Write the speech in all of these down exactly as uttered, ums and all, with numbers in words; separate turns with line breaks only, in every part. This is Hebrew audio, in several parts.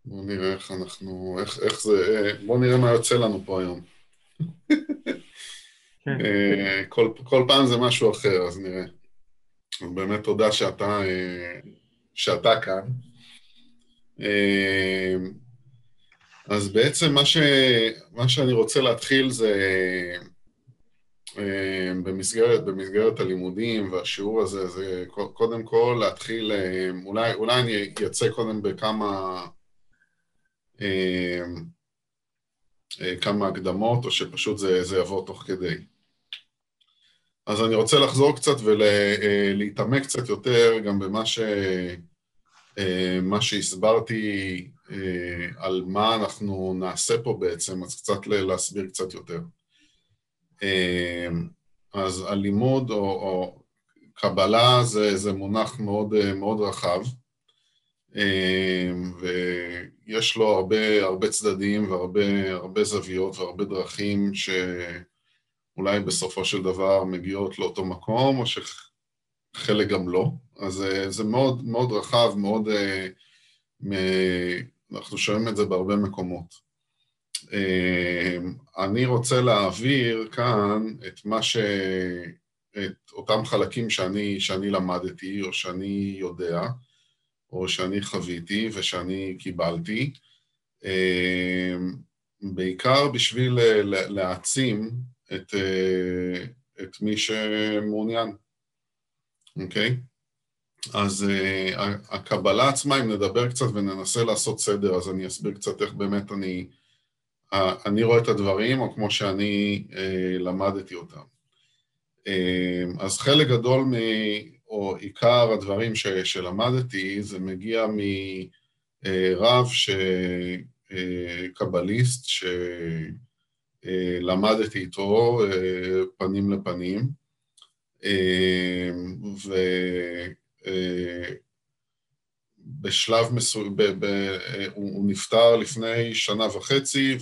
בואו נראה איך אנחנו, איך, איך זה, בואו נראה מה יוצא לנו פה היום.
כן,
אה, כל, כל פעם זה משהו אחר, אז נראה. אז באמת תודה שאתה, אה, שאתה כאן. אה, אז בעצם מה ש, מה שאני רוצה להתחיל זה אה, במסגרת, במסגרת הלימודים והשיעור הזה, זה קודם כל להתחיל, אה, אולי, אולי אני אצא קודם בכמה אה, אה, כמה הקדמות, או שפשוט זה, זה יבוא תוך כדי. אז אני רוצה לחזור קצת ולהתעמק קצת יותר גם במה ש, אה, מה שהסברתי אה, על מה אנחנו נעשה פה בעצם, אז קצת להסביר קצת יותר. אה, אז הלימוד או, או קבלה זה, זה מונח מאוד, מאוד רחב, אה, ויש לו הרבה, הרבה צדדים והרבה הרבה זוויות והרבה דרכים שאולי בסופו של דבר מגיעות לאותו מקום, או שחלק גם לא. אז אה, זה מאוד, מאוד רחב, מאוד, אה, מ- אנחנו שומעים את זה בהרבה מקומות. אה, אני רוצה להעביר כאן את מה ש... את אותם חלקים שאני, שאני למדתי, או שאני יודע, או שאני חוויתי ושאני קיבלתי, אה, בעיקר בשביל לה- להעצים את, אה, את מי שמעוניין, אוקיי? אז uh, הקבלה עצמה, אם נדבר קצת וננסה לעשות סדר, אז אני אסביר קצת איך באמת אני, uh, אני רואה את הדברים, או כמו שאני uh, למדתי אותם. Uh, אז חלק גדול מ... או עיקר הדברים ש, שלמדתי, זה מגיע מרב ש... uh, קבליסט שלמדתי איתו uh, פנים לפנים, uh, ו... uh, בשלב מסוים, ב- ב- הוא הוא נפטר לפני שנה וחצי,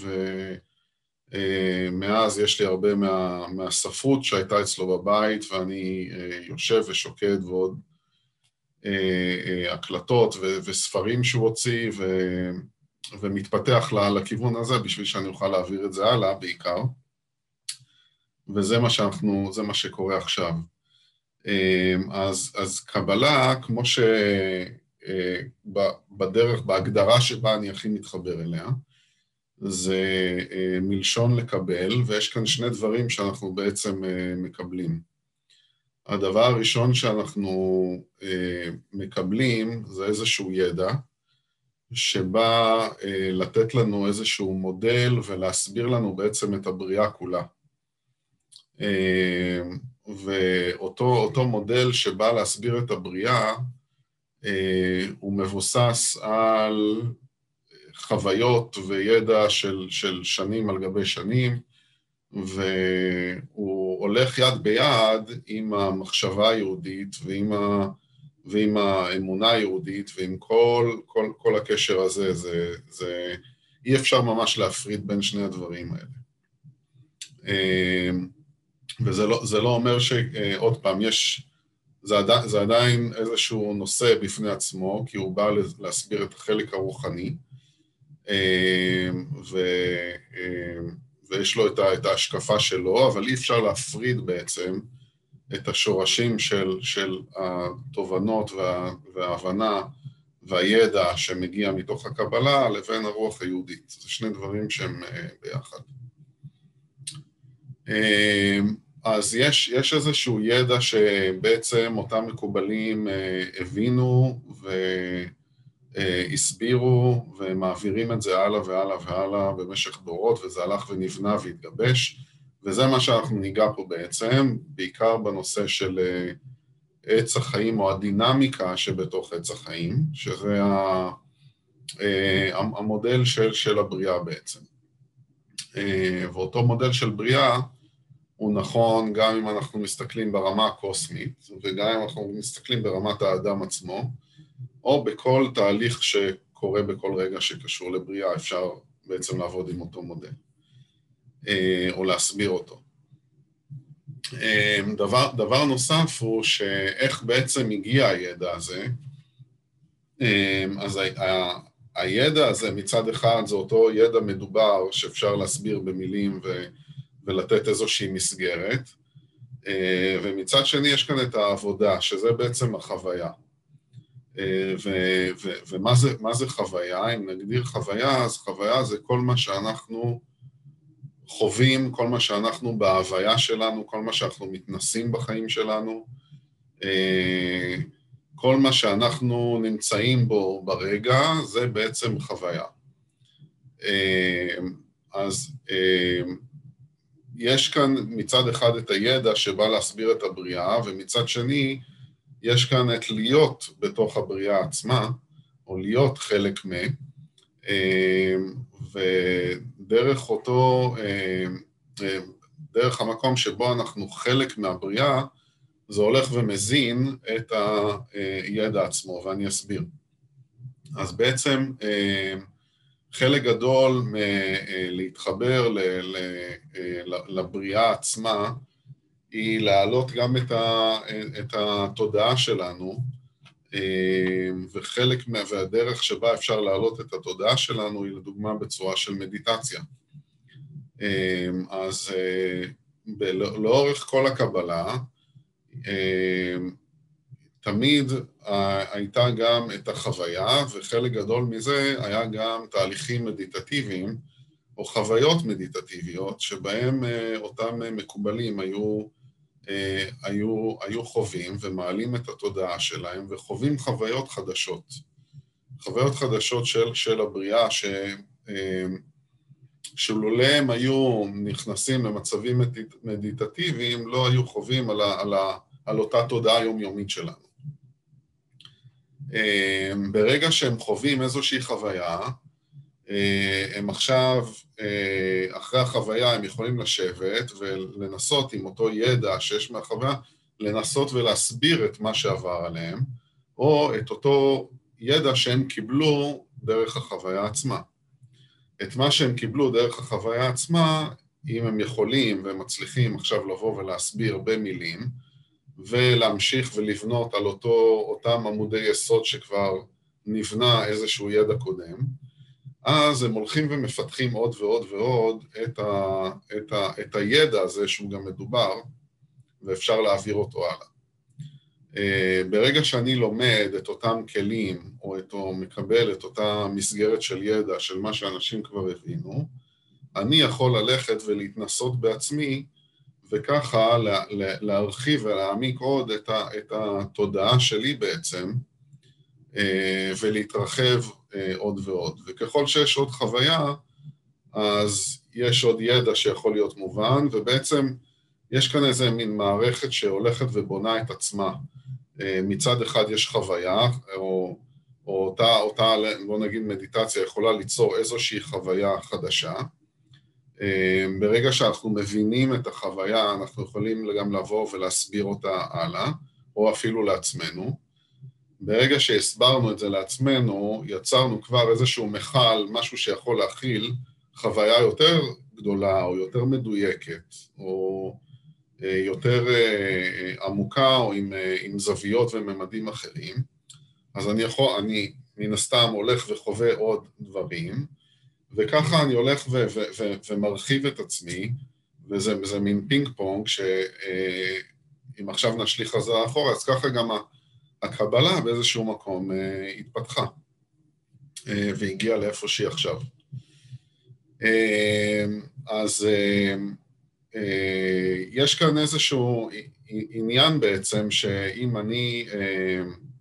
ומאז יש לי הרבה מה, מהספרות שהייתה אצלו בבית, ואני אה, יושב ושוקד ועוד אה, אה, הקלטות ו- וספרים שהוא הוציא, ו- ומתפתח ל- לכיוון הזה בשביל שאני אוכל להעביר את זה הלאה בעיקר, וזה מה שאנחנו, זה מה שקורה עכשיו. אה, אז, אז קבלה, כמו ש... אה, בדרך, בהגדרה שבה אני הכי מתחבר אליה, זה אה, מלשון לקבל, ויש כאן שני דברים שאנחנו בעצם אה, מקבלים. הדבר הראשון שאנחנו אה, מקבלים זה איזשהו ידע, שבא אה, לתת לנו איזשהו מודל ולהסביר לנו בעצם את הבריאה כולה. אה, ואותו אותו מודל שבא להסביר את הבריאה, אה, הוא מבוסס על חוויות וידע של, של שנים על גבי שנים, והוא הולך יד ביד עם המחשבה היהודית ועם, ה, ועם האמונה היהודית ועם כל, כל, כל הקשר הזה. זה, זה, אי אפשר ממש להפריד בין שני הדברים האלה. וזה לא, זה לא אומר שעוד פעם, יש, זה, עדיין, זה עדיין איזשהו נושא בפני עצמו, כי הוא בא להסביר את החלק הרוחני, ו, ויש לו את ההשקפה שלו, אבל אי אפשר להפריד בעצם את השורשים של, של התובנות וה, וההבנה והידע שמגיע מתוך הקבלה לבין הרוח היהודית. זה שני דברים שהם ביחד. אז יש, יש איזשהו ידע שבעצם אותם מקובלים הבינו והסבירו ומעבירים את זה הלאה והלאה והלאה במשך דורות, וזה הלך ונבנה והתגבש, וזה מה שאנחנו ניגע פה בעצם, בעיקר בנושא של עץ החיים או הדינמיקה שבתוך עץ החיים, שזה המודל של, של הבריאה בעצם. ואותו מודל של בריאה הוא נכון גם אם אנחנו מסתכלים ברמה הקוסמית, וגם אם אנחנו מסתכלים ברמת האדם עצמו, או בכל תהליך שקורה בכל רגע שקשור לבריאה, אפשר בעצם לעבוד עם אותו מודל, או להסביר אותו. דבר, דבר נוסף הוא שאיך בעצם הגיע הידע הזה, אז הידע הזה מצד אחד זה אותו ידע מדובר שאפשר להסביר במילים ו, ולתת איזושהי מסגרת, ומצד שני יש כאן את העבודה, שזה בעצם החוויה. ו, ו, ומה זה, מה זה חוויה? אם נגדיר חוויה, אז חוויה זה כל מה שאנחנו חווים, כל מה שאנחנו בהוויה שלנו, כל מה שאנחנו מתנסים בחיים שלנו, כל מה שאנחנו נמצאים בו ברגע, זה בעצם חוויה. אז יש כאן מצד אחד את הידע שבא להסביר את הבריאה, ומצד שני יש כאן את להיות בתוך הבריאה עצמה, או להיות חלק מה, ודרך אותו, דרך המקום שבו אנחנו חלק מהבריאה, זה הולך ומזין את הידע עצמו, ואני אסביר. אז בעצם חלק גדול מלהתחבר לבריאה עצמה, היא להעלות גם את התודעה שלנו, וחלק מהדרך שבה אפשר להעלות את התודעה שלנו, היא לדוגמה בצורה של מדיטציה. אז לאורך כל הקבלה, תמיד הייתה גם את החוויה, וחלק גדול מזה היה גם תהליכים מדיטטיביים, או חוויות מדיטטיביות, שבהם אותם מקובלים היו, היו, היו חווים ומעלים את התודעה שלהם, וחווים חוויות חדשות. חוויות חדשות של, של הבריאה, ש, שלולא הם היו נכנסים למצבים מדיטטיביים, לא היו חווים על, ה, על, ה, על אותה תודעה יומיומית שלנו. ברגע שהם חווים איזושהי חוויה, הם עכשיו, אחרי החוויה, הם יכולים לשבת ולנסות עם אותו ידע שיש מהחוויה, לנסות ולהסביר את מה שעבר עליהם, או את אותו ידע שהם קיבלו דרך החוויה עצמה. את מה שהם קיבלו דרך החוויה עצמה, אם הם יכולים ומצליחים עכשיו לבוא ולהסביר במילים, ולהמשיך ולבנות על אותו, אותם עמודי יסוד שכבר נבנה איזשהו ידע קודם, אז הם הולכים ומפתחים עוד ועוד ועוד את, ה, את, ה, את הידע הזה שהוא גם מדובר, ואפשר להעביר אותו הלאה. ברגע שאני לומד את אותם כלים, או, את, או מקבל את אותה מסגרת של ידע, של מה שאנשים כבר הבינו, אני יכול ללכת ולהתנסות בעצמי, וככה לה, לה, להרחיב ולהעמיק עוד את, ה, את התודעה שלי בעצם, ולהתרחב עוד ועוד. וככל שיש עוד חוויה, אז יש עוד ידע שיכול להיות מובן, ובעצם יש כאן איזה מין מערכת שהולכת ובונה את עצמה. מצד אחד יש חוויה, או, או אותה, אותה, בוא נגיד מדיטציה, יכולה ליצור איזושהי חוויה חדשה. ברגע שאנחנו מבינים את החוויה, אנחנו יכולים גם לבוא ולהסביר אותה הלאה, או אפילו לעצמנו. ברגע שהסברנו את זה לעצמנו, יצרנו כבר איזשהו מחל, משהו שיכול להכיל חוויה יותר גדולה, או יותר מדויקת, או יותר עמוקה, או עם, עם זוויות וממדים אחרים. אז אני יכול, אני מן הסתם הולך וחווה עוד דברים, וככה אני הולך ו- ו- ו- ומרחיב את עצמי, וזה, וזה מין פינג פונג, שאם עכשיו נשליך חזרה אחורה, אז ככה גם הקבלה באיזשהו מקום אה, התפתחה, אה, והגיעה לאיפה שהיא עכשיו. אה, אז אה, אה, יש כאן איזשהו עניין בעצם, שאם אני, אה,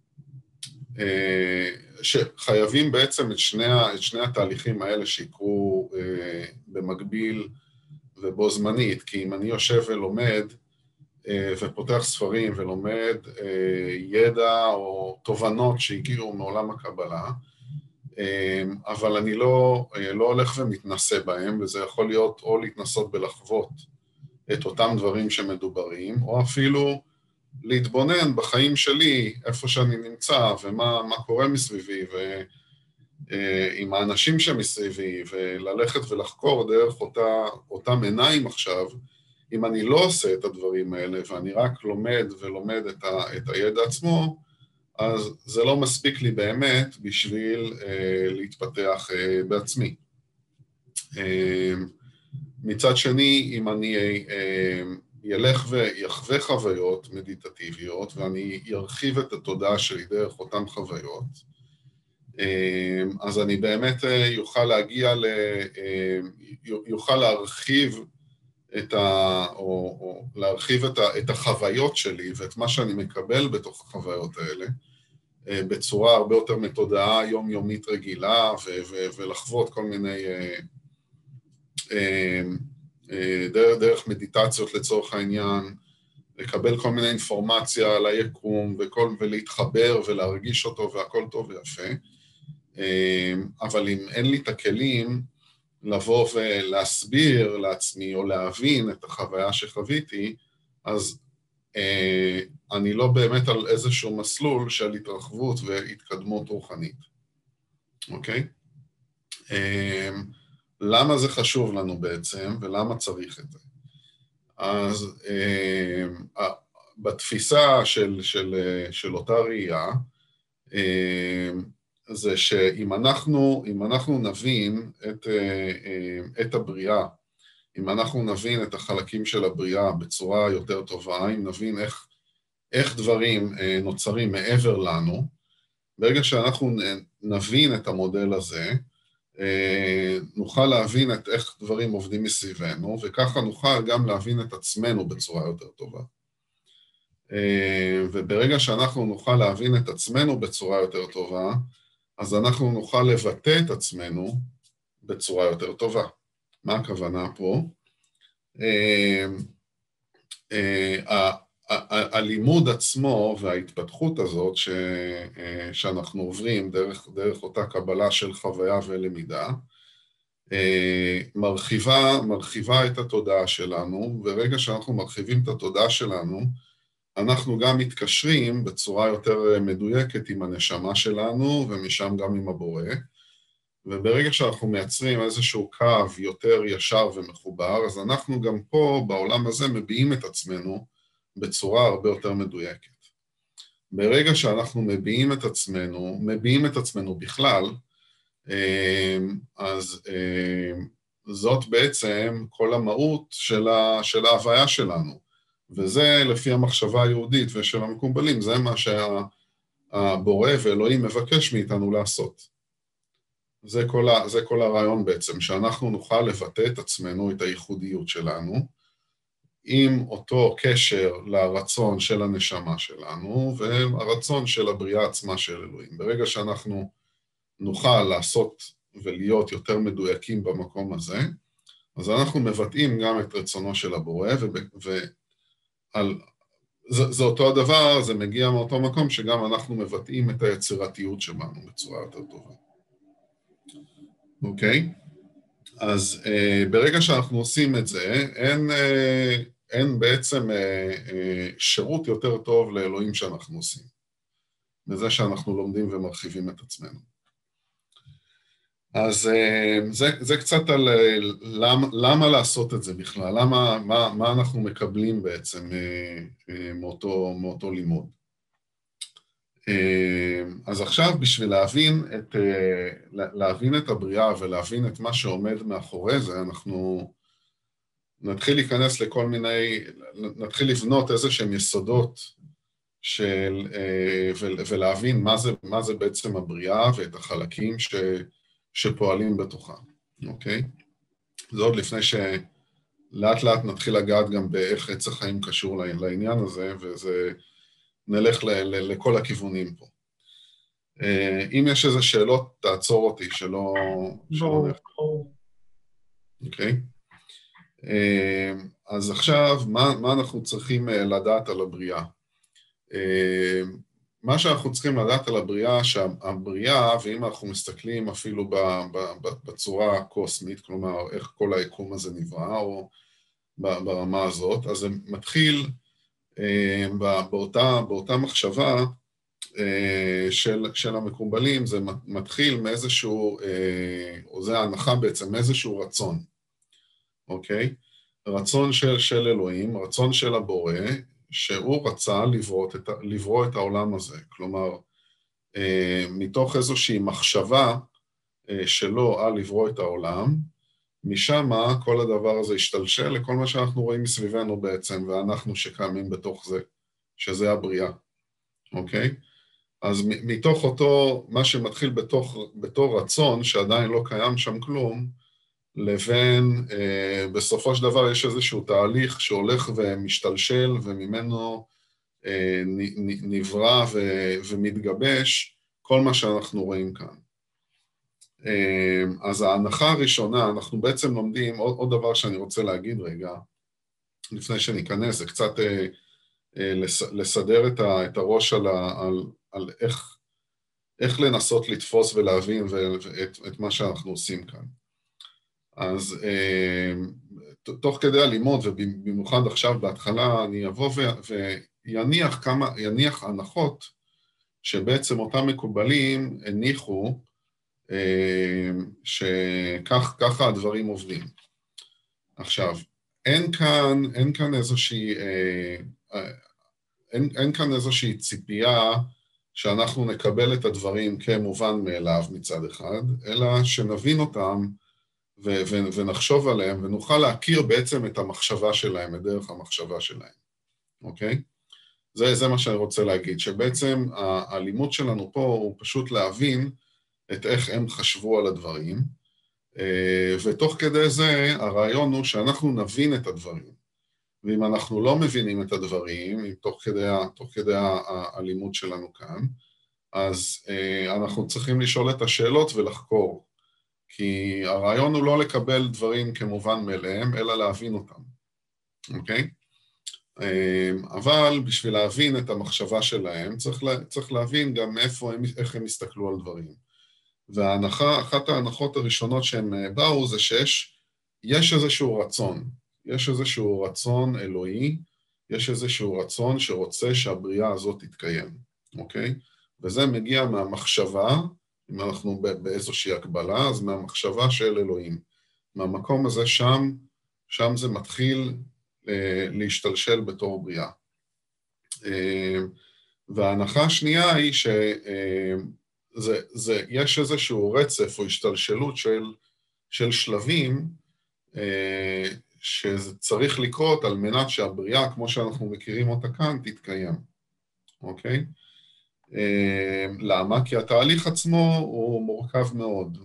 אה, שחייבים בעצם את שני, את שני התהליכים האלה שיקרו אה, במקביל ובו זמנית, כי אם אני יושב ולומד, ופותח ספרים ולומד ידע או תובנות שהגיעו מעולם הקבלה, אבל אני לא, לא הולך ומתנסה בהם, וזה יכול להיות או להתנסות בלחוות את אותם דברים שמדוברים, או אפילו להתבונן בחיים שלי, איפה שאני נמצא, ומה מה קורה מסביבי, ועם האנשים שמסביבי, וללכת ולחקור דרך אותה, אותם עיניים עכשיו. אם אני לא עושה את הדברים האלה, ואני רק לומד ולומד את, ה, את הידע עצמו, אז זה לא מספיק לי באמת בשביל אה, להתפתח אה, בעצמי. אה, מצד שני, אם אני אה, ילך ויחווה חוויות מדיטטיביות, ואני ארחיב את התודעה שלי דרך אותן חוויות, אה, אז אני באמת אה, יוכל להגיע, ל, אה, יוכל להרחיב את ה, או, או להרחיב את, ה, את החוויות שלי ואת מה שאני מקבל בתוך החוויות האלה, בצורה הרבה יותר מתודעה יומיומית רגילה, ו- ו- ולחוות כל מיני, אה, אה, אה, דרך, דרך מדיטציות לצורך העניין, לקבל כל מיני אינפורמציה על היקום, וכל, ולהתחבר ולהרגיש אותו, והכל טוב ויפה. אה, אבל אם אין לי את הכלים לבוא ולהסביר לעצמי, או להבין את החוויה שחוויתי, אז אני לא באמת על איזשהו מסלול של התרחבות והתקדמות רוחנית, אוקיי? למה זה חשוב לנו בעצם, ולמה צריך את זה? אז בתפיסה של, של, של אותה ראייה, זה שאם אנחנו, אם אנחנו נבין את, את הבריאה, אם אנחנו נבין את החלקים של הבריאה בצורה יותר טובה, אם נבין איך, איך דברים נוצרים מעבר לנו, ברגע שאנחנו נבין את המודל הזה, נוכל להבין את איך דברים עובדים מסביבנו, וככה נוכל גם להבין את עצמנו בצורה יותר טובה. וברגע שאנחנו נוכל להבין את עצמנו בצורה יותר טובה, אז אנחנו נוכל לבטא את עצמנו בצורה יותר טובה. מה הכוונה פה? הלימוד עצמו וההתפתחות הזאת ש, שאנחנו עוברים דרך, דרך אותה קבלה של חוויה ולמידה, מרחיבה, מרחיבה את התודעה שלנו, ורגע שאנחנו מרחיבים את התודעה שלנו, אנחנו גם מתקשרים בצורה יותר מדויקת עם הנשמה שלנו, ומשם גם עם הבורא, וברגע שאנחנו מייצרים איזשהו קו יותר ישר ומחובר, אז אנחנו גם פה בעולם הזה מביעים את עצמנו בצורה הרבה יותר מדויקת. ברגע שאנחנו מביעים את עצמנו, מביעים את עצמנו בכלל, אז זאת בעצם כל המהות של, ה, של ההוויה שלנו, וזה לפי המחשבה היהודית ושל המקובלים, זה מה שהבורא ואלוהים מבקש מאיתנו לעשות. זה כל, ה, זה כל הרעיון בעצם, שאנחנו נוכל לבטא את עצמנו, את הייחודיות שלנו, עם אותו קשר לרצון של הנשמה שלנו, והרצון של הבריאה עצמה של אלוהים. ברגע שאנחנו נוכל לעשות ולהיות יותר מדויקים במקום הזה, אז אנחנו מבטאים גם את רצונו של הבורא, ועל, זה, זה אותו הדבר, זה מגיע מאותו מקום שגם אנחנו מבטאים את היצירתיות שלנו בצורה יותר טובה. אוקיי? אז אה, ברגע שאנחנו עושים את זה, אין, אה, אין בעצם אה, אה, שירות יותר טוב לאלוהים שאנחנו עושים, בזה שאנחנו לומדים ומרחיבים את עצמנו. אז אה, זה, זה קצת על אה, למה, למה לעשות את זה בכלל, למה, מה, מה אנחנו מקבלים בעצם אה, אה, מאותו, מאותו לימוד. אז עכשיו בשביל להבין את, להבין את הבריאה ולהבין את מה שעומד מאחורי זה, אנחנו נתחיל להיכנס לכל מיני, נתחיל לבנות איזה שהם יסודות של, ולהבין מה זה, מה זה בעצם הבריאה ואת החלקים ש, שפועלים בתוכה, אוקיי? זה עוד לפני שלאט לאט נתחיל לגעת גם באיך עץ החיים קשור לעניין הזה, וזה נלך ל, ל, לכל הכיוונים פה. אם יש איזה שאלות, תעצור אותי, שלא... שלא נלך. אוקיי? אז עכשיו, מה, מה אנחנו צריכים לדעת על הבריאה? מה שאנחנו צריכים לדעת על הבריאה, שהבריאה, ואם אנחנו מסתכלים אפילו בצורה הקוסמית, כלומר, איך כל היקום הזה נברא, או ברמה הזאת, אז זה מתחיל באותה, באותה מחשבה של, של המקובלים, זה מתחיל מאיזשהו, או זה ההנחה בעצם, מאיזשהו רצון, אוקיי? רצון של, של אלוהים, רצון של הבורא, שהוא רצה לברוא את, לברוא את העולם הזה. כלומר, מתוך איזושהי מחשבה שלו על לברוא את העולם, משם כל הדבר הזה השתלשל לכל מה שאנחנו רואים מסביבנו בעצם, ואנחנו שקיימים בתוך זה, שזה הבריאה, אוקיי? אז מתוך אותו, מה שמתחיל בתוך, בתור רצון, שעדיין לא קיים שם כלום, לבין, אה, בסופו של דבר יש איזשהו תהליך שהולך ומשתלשל, וממנו אה, נ, נברא ו, ומתגבש כל מה שאנחנו רואים כאן. אה, אז ההנחה הראשונה, אנחנו בעצם לומדים, עוד, עוד דבר שאני רוצה להגיד רגע, לפני שניכנס, זה קצת אה, אה, לס, לסדר את, ה, את הראש על, ה, על, על איך, איך לנסות לתפוס ולהבין את, את מה שאנחנו עושים כאן. אז אה, תוך כדי הלימוד, ובמיוחד עכשיו בהתחלה, אני אבוא ויניח כמה, יניח הנחות, שבעצם אותם מקובלים הניחו, אה, שכך, ככה הדברים עובדים. עכשיו, אין כאן, אין כאן איזושהי, אה, אין, אין כאן איזושהי ציפייה, שאנחנו נקבל את הדברים כמובן מאליו מצד אחד, אלא שנבין אותם, ו- ו- ונחשוב עליהם, ונוכל להכיר בעצם את המחשבה שלהם, את דרך המחשבה שלהם, אוקיי? זה, זה מה שאני רוצה להגיד, שבעצם הלימוד שלנו פה הוא פשוט להבין את איך הם חשבו על הדברים, ותוך כדי זה הרעיון הוא שאנחנו נבין את הדברים, ואם אנחנו לא מבינים את הדברים, תוך כדי, תוך כדי הלימוד שלנו כאן, אז אנחנו צריכים לשאול את השאלות ולחקור, כי הרעיון הוא לא לקבל דברים כמובן מאליהם, אלא להבין אותם, אוקיי? אבל בשביל להבין את המחשבה שלהם, צריך, לה, צריך להבין גם איפה הם, איך הם הסתכלו על דברים. וההנחה, אחת ההנחות הראשונות שהם באו, זה שיש יש איזשהו רצון, יש איזשהו רצון אלוהי, יש איזשהו רצון שרוצה שהבריאה הזאת תתקיים, אוקיי? וזה מגיע מהמחשבה, אם אנחנו באיזושהי הקבלה, אז מהמחשבה של אלוהים. מהמקום הזה שם, שם זה מתחיל אה, להשתלשל בתור בריאה. אה, וההנחה השנייה היא שיש איזשהו רצף או השתלשלות של, של שלבים, אה, שזה צריך לקרות על מנת שהבריאה, כמו שאנחנו מכירים אותה כאן, תתקיים. אוקיי? למה? כי התהליך עצמו הוא מורכב מאוד,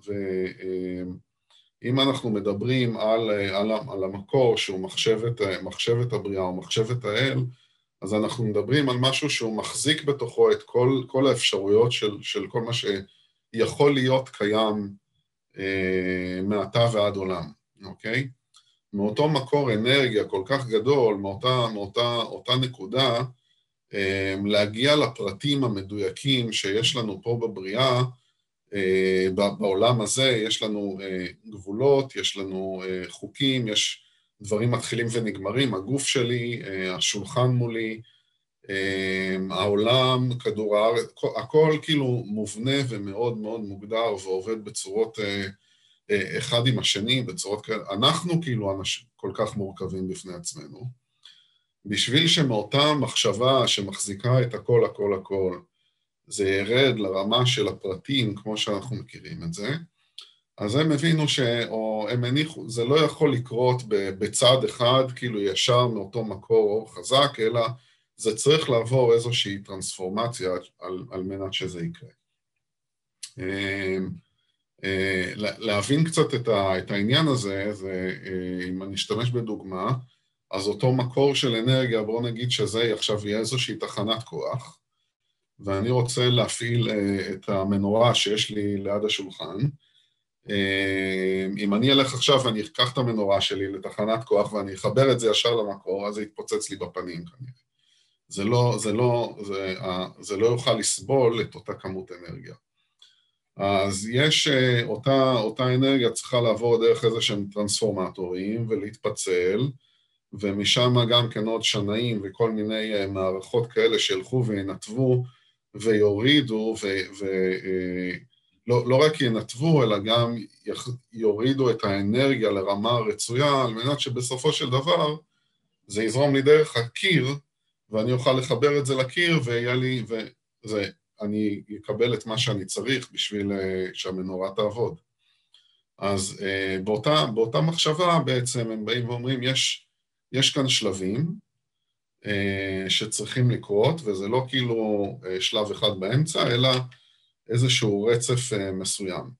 ואם אנחנו מדברים על, על, על המקור שהוא מחשבת, מחשבת הבריאה או מחשבת האל, אז אנחנו מדברים על משהו שהוא מחזיק בתוכו את כל, כל האפשרויות של, של כל מה שיכול להיות קיים אה, מעתה ועד עולם, אוקיי? מאותו מקור אנרגיה כל כך גדול, מאותה, מאותה, אותה נקודה, להגיע לפרטים המדויקים שיש לנו פה בבריאה, בעולם הזה יש לנו גבולות, יש לנו חוקים, יש דברים מתחילים ונגמרים, הגוף שלי, השולחן מולי, העולם, כדור הארץ, הכל כאילו מובנה ומאוד מאוד מוגדר ועובד בצורות אחד עם השני, בצורות כאלה, אנחנו כאילו אנשים כל כך מורכבים בפני עצמנו, בשביל שמאותה מחשבה שמחזיקה את הכל, הכל, הכל, זה ירד לרמה של הפרטים, כמו שאנחנו מכירים את זה, אז הם הבינו ש... או הם הניחו, זה לא יכול לקרות בצד אחד, כאילו ישר מאותו מקור אור חזק, אלא זה צריך לעבור איזושהי טרנספורמציה על, על מנת שזה יקרה. להבין קצת את, ה, את העניין הזה, זה, אם אני אשתמש בדוגמה, אז אותו מקור של אנרגיה, בואו נגיד שזה עכשיו יהיה איזושהי תחנת כוח, ואני רוצה להפעיל את המנורה שיש לי ליד השולחן. אם אני אלך עכשיו ואני אקח את המנורה שלי לתחנת כוח, ואני אחבר את זה ישר למקור, אז זה יתפוצץ לי בפנים כנראה. זה לא, זה לא, זה, זה לא יוכל לסבול את אותה כמות אנרגיה. אז יש אותה, אותה אנרגיה צריכה לעבור דרך איזה שהם טרנספורמטורים ולהתפצל, ומשם גם כן עוד שנאים וכל מיני מערכות כאלה שילכו וינתבו ויורידו, ולא לא רק ינתבו, אלא גם יורידו את האנרגיה לרמה הרצויה, על מנת שבסופו של דבר זה יזרום לי דרך הקיר, ואני אוכל לחבר את זה לקיר, ויהיה לי, וזה, אני אקבל את מה שאני צריך בשביל שהמנורה תעבוד. אז באותה, באותה מחשבה בעצם הם באים ואומרים, יש, יש כאן שלבים שצריכים לקרות, וזה לא כאילו שלב אחד באמצע, אלא איזשהו רצף מסוים.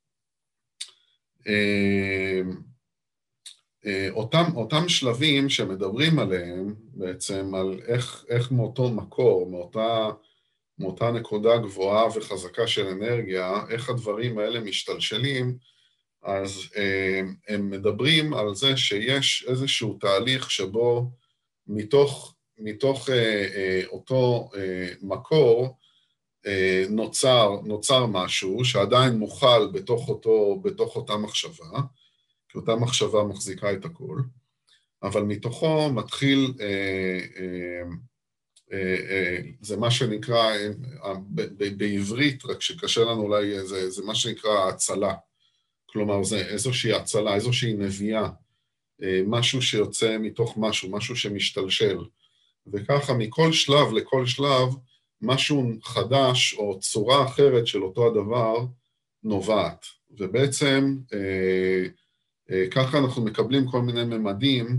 אותם, אותם שלבים שמדברים עליהם, בעצם על איך, איך מאותו מקור, מאותה, מאותה נקודה גבוהה וחזקה של אנרגיה, איך הדברים האלה משתלשלים, אז הם מדברים על זה שיש איזשהו תהליך שבו מתוך, מתוך אותו מקור נוצר, נוצר משהו שעדיין מוכל בתוך, אותו, בתוך אותה מחשבה, כי אותה מחשבה מחזיקה את הכל, אבל מתוכו מתחיל, אה, אה, אה, אה, זה מה שנקרא, אה, ב- ב- בעברית, רק שקשה לנו אולי, זה, זה מה שנקרא הצלה. כלומר, זה איזושהי הצלה, איזושהי נביאה, אה, משהו שיוצא מתוך משהו, משהו שמשתלשל. וככה מכל שלב לכל שלב, משהו חדש או צורה אחרת של אותו הדבר נובעת. ובעצם, אה, ככה אנחנו מקבלים כל מיני ממדים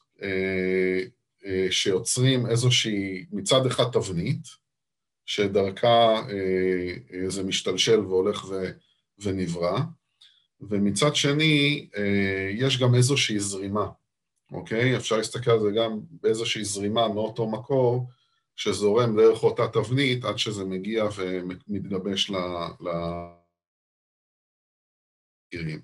שיוצרים איזושהי, מצד אחד תבנית, שדרכה זה משתלשל והולך ונברא, ומצד שני יש גם איזושהי זרימה, אוקיי? אפשר להסתכל על זה גם באיזושהי זרימה מאותו מקור, שזורם דרך אותה תבנית עד שזה מגיע ומתגבש לגירים.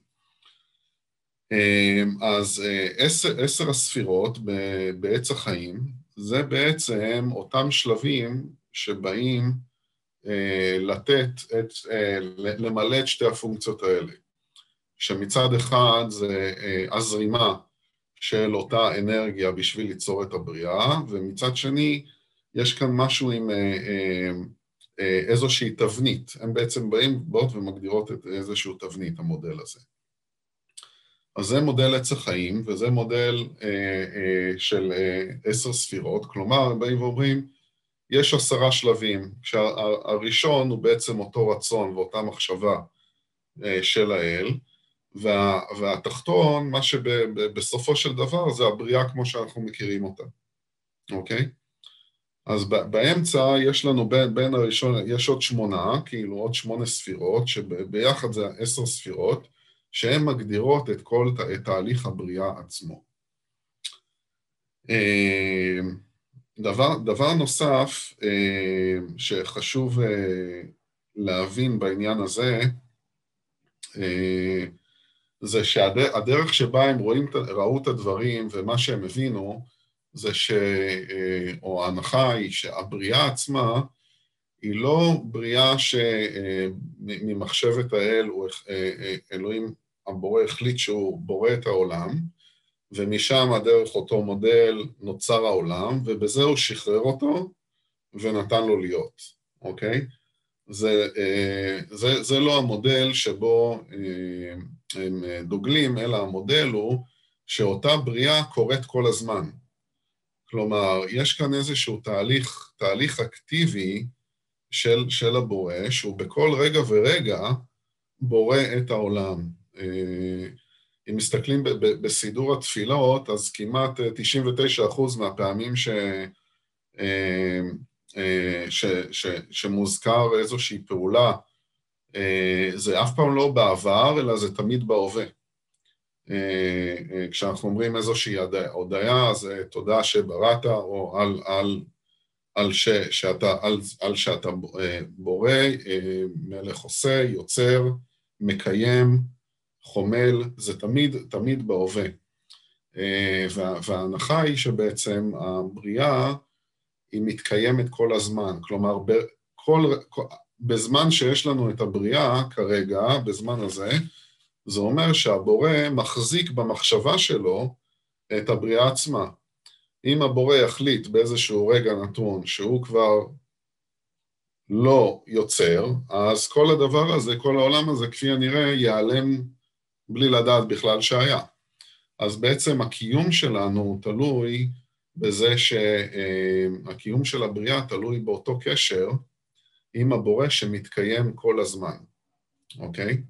אז עשר, עשר הספירות בעץ החיים, זה בעצם אותם שלבים שבאים לתת, את, למלא את שתי הפונקציות האלה. שמצד אחד זה הזרימה של אותה אנרגיה בשביל ליצור את הבריאה, ומצד שני יש כאן משהו עם איזושהי תבנית. הם בעצם באים באות ומגדירות את איזשהו תבנית, המודל הזה. אז זה מודל עץ החיים, וזה מודל אה, אה, של אה, עשר ספירות, כלומר, באים ואומרים, יש עשרה שלבים, כשהראשון הוא בעצם אותו רצון ואותה מחשבה אה, של האל, וה, והתחתון, מה שבסופו של דבר, זה הבריאה כמו שאנחנו מכירים אותה, אוקיי? אז באמצע יש לנו בין, בין הראשון, יש עוד שמונה, כאילו עוד שמונה ספירות, שביחד זה עשר ספירות, שהן מגדירות את כל, את תהליך הבריאה עצמו. דבר, דבר נוסף שחשוב להבין בעניין הזה, זה שהדרך שבה הם רואים, ראו את הדברים ומה שהם הבינו, זה ש... או ההנחה היא שהבריאה עצמה היא לא בריאה שממחשבת האל, אלוהים הבורא החליט שהוא בורא את העולם, ומשם דרך אותו מודל נוצר העולם, ובזה הוא שחרר אותו ונתן לו להיות, אוקיי? זה, זה, זה לא המודל שבו הם דוגלים, אלא המודל הוא שאותה בריאה קורית כל הזמן. כלומר, יש כאן איזשהו תהליך, תהליך אקטיבי של, של הבורא, שהוא בכל רגע ורגע בורא את העולם. אם מסתכלים בסידור התפילות, אז כמעט תשעים ותשעה אחוז מהפעמים ש, ש, ש, שמוזכר איזושהי פעולה, זה אף פעם לא בעבר, אלא זה תמיד בהווה. כשאנחנו אומרים איזושהי הודיה, זה תודה שבראת, או על, על, על, ש, שאתה, על, על שאתה בורא, מלך עושה, יוצר, מקיים, חומל, זה תמיד, תמיד בהווה. וה, וההנחה היא שבעצם הבריאה היא מתקיימת כל הזמן, כלומר, בכל, בזמן שיש לנו את הבריאה כרגע, בזמן הזה, זה אומר שהבורא מחזיק במחשבה שלו את הבריאה עצמה. אם הבורא יחליט באיזשהו רגע נתון שהוא כבר לא יוצר, אז כל הדבר הזה, כל העולם הזה, כפי הנראה, ייעלם בלי לדעת בכלל שהיה. אז בעצם הקיום שלנו תלוי בזה שהקיום של הבריאה תלוי באותו קשר עם הבורא שמתקיים כל הזמן, אוקיי?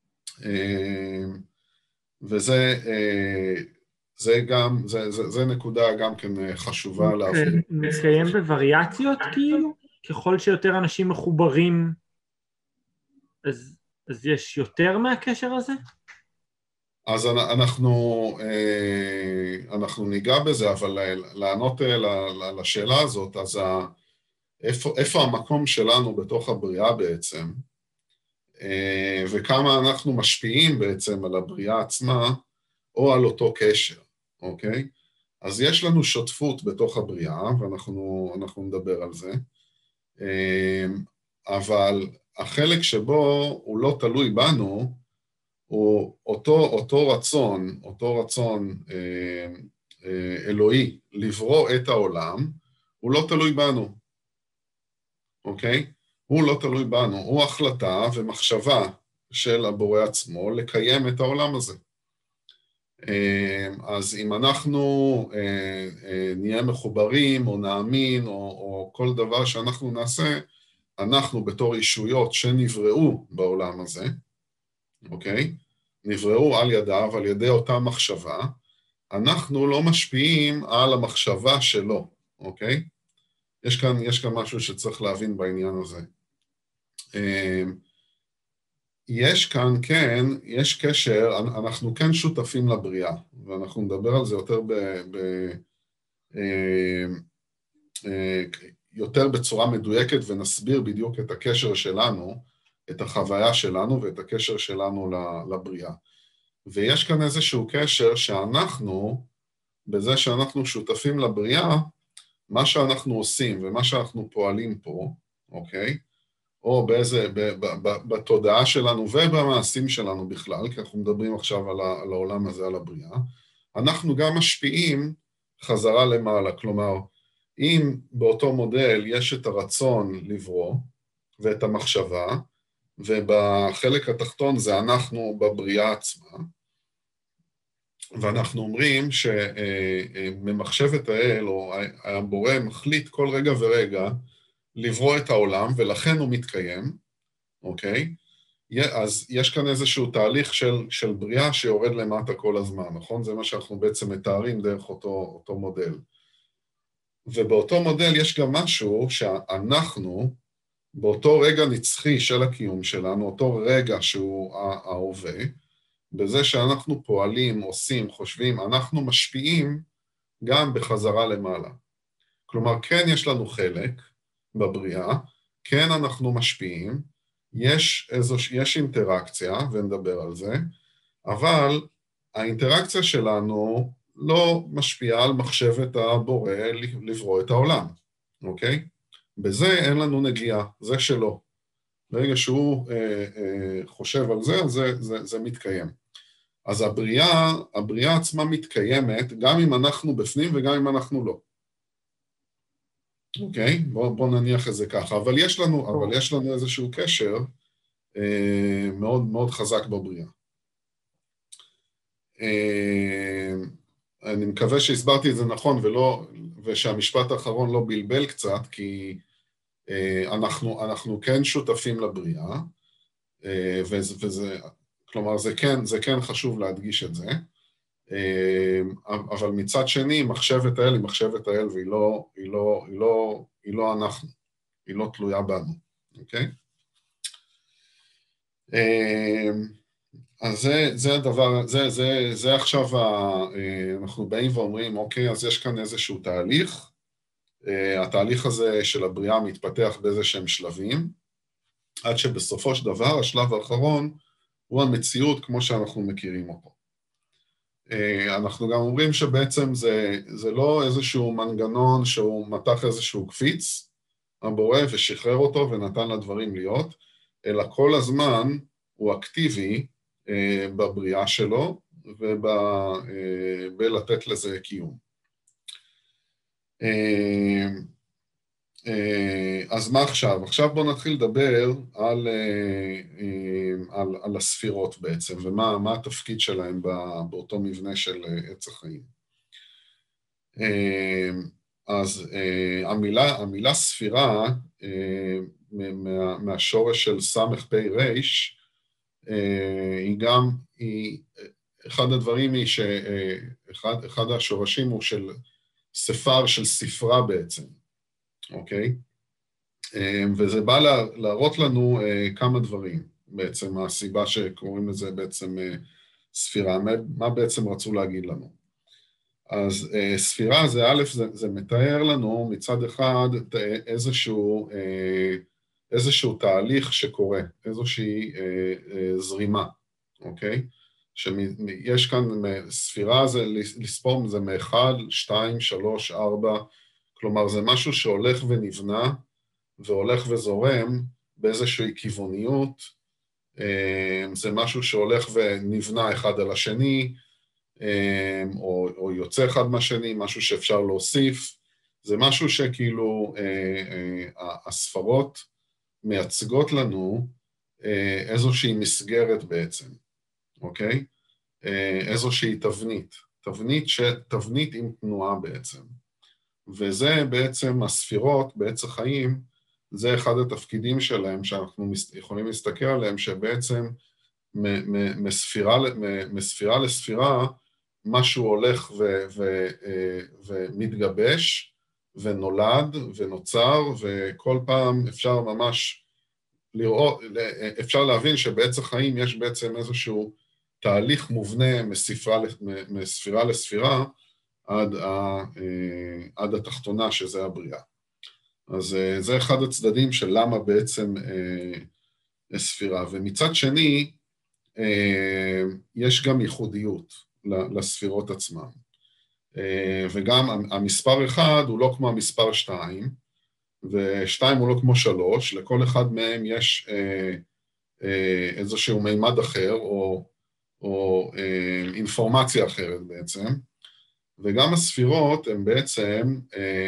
וזה זה גם, זה, זה, זה נקודה גם כן חשובה להבין.
מתקיים בווריאציות כאילו? ככל שיותר אנשים מחוברים, אז, אז יש יותר מהקשר הזה?
אז אנחנו, אנחנו ניגע בזה, אבל לענות לשאלה הזאת, אז איפה, איפה המקום שלנו בתוך הבריאה בעצם, וכמה אנחנו משפיעים בעצם על הבריאה עצמה, או על אותו קשר, אוקיי? אז יש לנו שותפות בתוך הבריאה, ואנחנו אנחנו נדבר על זה, אבל החלק שבו הוא לא תלוי בנו, הוא אותו, אותו רצון, אותו רצון אה, אה, אלוהי לברוא את העולם, הוא לא תלוי בנו, אוקיי? הוא לא תלוי בנו, הוא החלטה ומחשבה של הבורא עצמו לקיים את העולם הזה. אז אם אנחנו נהיה מחוברים או נאמין או, או כל דבר שאנחנו נעשה, אנחנו בתור אישויות שנבראו בעולם הזה, אוקיי? נבראו על ידיו, על ידי אותה מחשבה, אנחנו לא משפיעים על המחשבה שלו, אוקיי? יש כאן, יש כאן משהו שצריך להבין בעניין הזה. יש כאן, כן, יש קשר, אנחנו כן שותפים לבריאה, ואנחנו נדבר על זה יותר ב... ב יותר בצורה מדויקת, ונסביר בדיוק את הקשר שלנו, את החוויה שלנו ואת הקשר שלנו לבריאה. ויש כאן איזשהו קשר שאנחנו, בזה שאנחנו שותפים לבריאה, מה שאנחנו עושים ומה שאנחנו פועלים פה, אוקיי? או באיזה, ב, ב, ב, בתודעה שלנו ובמעשים שלנו בכלל, כי אנחנו מדברים עכשיו על, ה, על העולם הזה, על הבריאה, אנחנו גם משפיעים חזרה למעלה, כלומר, אם באותו מודל יש את הרצון לברוא ואת המחשבה, ובחלק התחתון זה אנחנו בבריאה עצמה, ואנחנו אומרים שממחשבת האל, או הבורא מחליט כל רגע ורגע לברוא את העולם, ולכן הוא מתקיים, אוקיי? אז יש כאן איזשהו תהליך של, של בריאה שיורד למטה כל הזמן, נכון? זה מה שאנחנו בעצם מתארים דרך אותו, אותו מודל. ובאותו מודל יש גם משהו שאנחנו, באותו רגע נצחי של הקיום שלנו, אותו רגע שהוא ההווה, בזה שאנחנו פועלים, עושים, חושבים, אנחנו משפיעים גם בחזרה למעלה. כלומר, כן יש לנו חלק בבריאה, כן אנחנו משפיעים, יש, איזו, יש אינטראקציה, ונדבר על זה, אבל האינטראקציה שלנו לא משפיעה על מחשבת הבורא לברוא את העולם, אוקיי? בזה אין לנו נגיעה, זה שלו. ברגע שהוא אה, אה, חושב על זה, זה, זה, זה מתקיים. אז הבריאה, הבריאה עצמה מתקיימת, גם אם אנחנו בפנים וגם אם אנחנו לא. אוקיי? בוא, בוא נניח את זה ככה. אבל יש לנו, אבל יש לנו איזשהו קשר אה, מאוד מאוד חזק בבריאה. אה, אני מקווה שהסברתי את זה נכון, ולא, ושהמשפט האחרון לא בלבל קצת, כי אנחנו, אנחנו כן שותפים לבריאה, וזה, וזה, כלומר, זה כן, זה כן חשוב להדגיש את זה, אבל מצד שני, מחשבת האל היא מחשבת האל, והיא לא, היא לא, היא לא, היא לא אנחנו, היא לא תלויה בנו, אוקיי? אז זה, זה הדבר, זה, זה, זה עכשיו, ה, אנחנו באים ואומרים, אוקיי, אז יש כאן איזשהו תהליך, התהליך הזה של הבריאה מתפתח באיזה שהם שלבים, עד שבסופו של דבר, השלב האחרון, הוא המציאות כמו שאנחנו מכירים אותו. אנחנו גם אומרים שבעצם זה, זה לא איזשהו מנגנון שהוא מתח איזשהו קפיץ, הבורא ושחרר אותו ונתן לדברים להיות, אלא כל הזמן הוא אקטיבי בבריאה שלו ובלתת לזה קיום. אז מה עכשיו? עכשיו בואו נתחיל לדבר על, על, על הספירות בעצם, ומה מה התפקיד שלהם באותו מבנה של עץ החיים. אז המילה, המילה ספירה, מה, מהשורש של סמך פי ריש, היא גם, היא, אחד הדברים היא שאחד אחד השורשים הוא של ספר של ספרה בעצם, אוקיי? וזה בא להראות לנו כמה דברים, בעצם הסיבה שקוראים לזה בעצם ספירה, מה בעצם רצו להגיד לנו. אז ספירה זה א', זה, זה מתאר לנו מצד אחד איזשהו, איזשהו תהליך שקורה, איזושהי זרימה, אוקיי? שיש כאן ספירה, זה לספור, זה מאחד, שתיים, שלוש, ארבע, כלומר זה משהו שהולך ונבנה, והולך וזורם באיזושהי כיווניות, זה משהו שהולך ונבנה אחד על השני, או, או יוצא אחד מהשני, משהו שאפשר להוסיף, זה משהו שכאילו הספרות מייצגות לנו איזושהי מסגרת בעצם, אוקיי? איזושהי תבנית, תבנית, תבנית עם תנועה בעצם. וזה בעצם הספירות בעץ החיים, זה אחד התפקידים שלהם שאנחנו יכולים להסתכל עליהם, שבעצם מספירה, מספירה לספירה, משהו הולך ו, ו, ומתגבש ונולד ונוצר, וכל פעם אפשר ממש לראות, אפשר להבין שבעץ החיים יש בעצם איזשהו תהליך מובנה מספרה, מספירה לספירה, עד, ה, עד התחתונה שזה הבריאה. אז זה אחד הצדדים של למה בעצם ספירה. ומצד שני, יש גם ייחודיות לספירות עצמן. וגם המספר אחד הוא לא כמו המספר שתיים, ושתיים הוא לא כמו שלוש, לכל אחד מהם יש איזשהו מימד אחר, או, או אינפורמציה אחרת בעצם. וגם הספירות הן בעצם,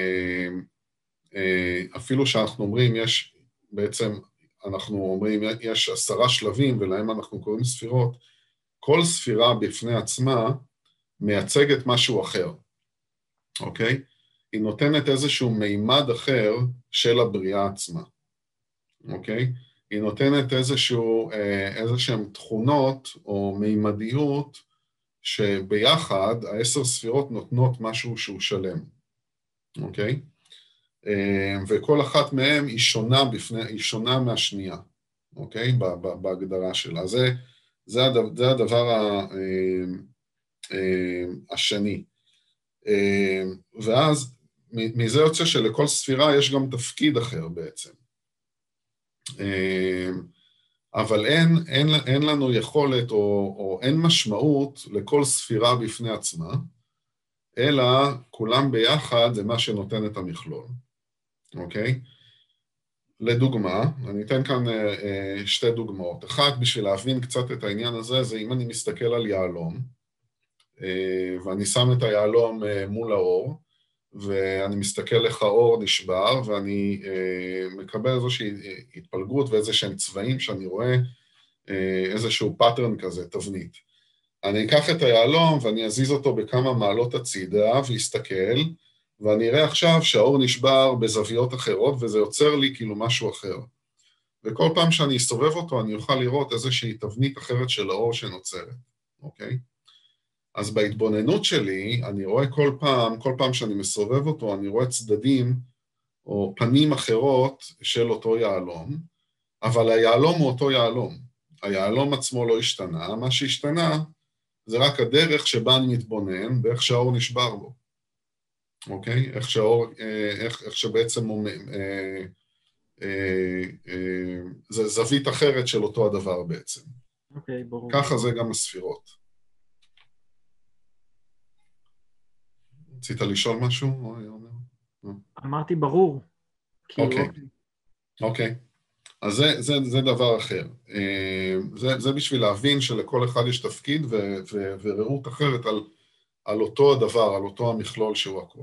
אפילו שאנחנו אומרים, יש בעצם, אנחנו אומרים, יש עשרה שלבים, ולהם אנחנו קוראים ספירות, כל ספירה בפני עצמה מייצגת משהו אחר, אוקיי? היא נותנת איזשהו מימד אחר של הבריאה עצמה, אוקיי? היא נותנת איזשהו, איזשהם תכונות או מימדיות, שביחד העשר ספירות נותנות משהו שהוא שלם, אוקיי? וכל אחת מהן היא שונה בפני, היא שונה מהשנייה, אוקיי? בהגדרה שלה. זה, זה הדבר, זה הדבר השני. ואז מזה יוצא שלכל ספירה יש גם תפקיד אחר בעצם. אבל אין, אין, אין לנו יכולת או, או אין משמעות לכל ספירה בפני עצמה, אלא כולם ביחד זה מה שנותן את המכלול, אוקיי? לדוגמה, אני אתן כאן שתי דוגמאות. אחת, בשביל להבין קצת את העניין הזה, זה אם אני מסתכל על יעלום, ואני שם את היעלום מול האור, ואני מסתכל איך האור נשבר, ואני מקבל איזושהי התפלגות ואיזשהם צבעים שאני רואה איזשהו פטרן כזה, תבנית. אני אקח את היעלום ואני אזיז אותו בכמה מעלות הצידה ויסתכל, ואני אראה עכשיו שהאור נשבר בזוויות אחרות, וזה יוצר לי כאילו משהו אחר. וכל פעם שאני אסובב אותו, אני אוכל לראות איזושהי תבנית אחרת של האור שנוצרת, אוקיי? אז בהתבוננות שלי, אני רואה כל פעם, כל פעם שאני מסובב אותו, אני רואה צדדים או פנים אחרות של אותו יעלום, אבל היעלום הוא אותו יעלום. היעלום עצמו לא השתנה, מה שהשתנה זה רק הדרך שבה אני מתבונן, באיך שהאור נשבר בו. אוקיי? איך שהאור, איך, איך שבעצם הוא, אה, אה, אה, זה זווית אחרת של אותו הדבר בעצם.
אוקיי, ברור.
ככה זה גם הספירות. רצית לשאול משהו?
אמרתי ברור.
אוקיי, אוקיי. אז זה, זה, זה דבר אחר. זה, זה בשביל להבין שלכל אחד יש תפקיד ו, ו, וראות אחרת על, על אותו הדבר, על אותו המכלול שהוא הכל.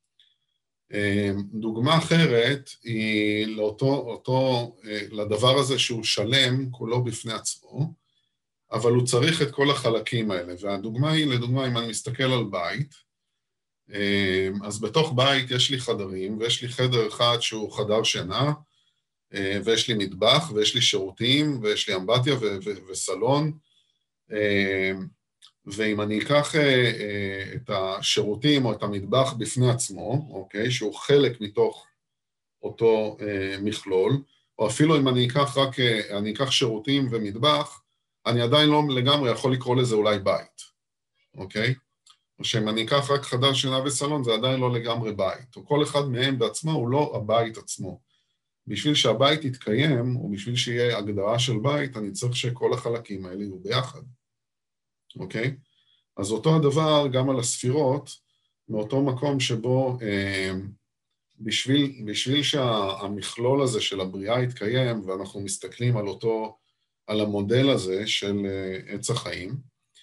דוגמה אחרת היא לאותו, אותו, לדבר הזה שהוא שלם כולו בפני עצמו, אבל הוא צריך את כל החלקים האלה. והדוגמה היא, לדוגמה, אם אני מסתכל על בית, אז בתוך בית יש לי חדרים, ויש לי חדר אחד שהוא חדר שינה, ויש לי מטבח, ויש לי שירותים, ויש לי אמבטיה ו- ו- וסלון, ואם אני אקח את השירותים או את המטבח בפני עצמו, אוקיי, שהוא חלק מתוך אותו מכלול, או אפילו אם אני אקח רק, אני אקח שירותים ומטבח, אני עדיין לא לגמרי יכול לקרוא לזה אולי בית, אוקיי? או שאם אני אקח רק חדר שינה וסלון, זה עדיין לא לגמרי בית, או כל אחד מהם בעצמו הוא לא הבית עצמו. בשביל שהבית יתקיים, או בשביל שיהיה הגדרה של בית, אני צריך שכל החלקים האלה יהיו ביחד, אוקיי? אז אותו הדבר גם על הספירות, מאותו מקום שבו, בשביל, בשביל שהמכלול הזה של הבריאה יתקיים, ואנחנו מסתכלים על אותו, על המודל הזה של עץ החיים,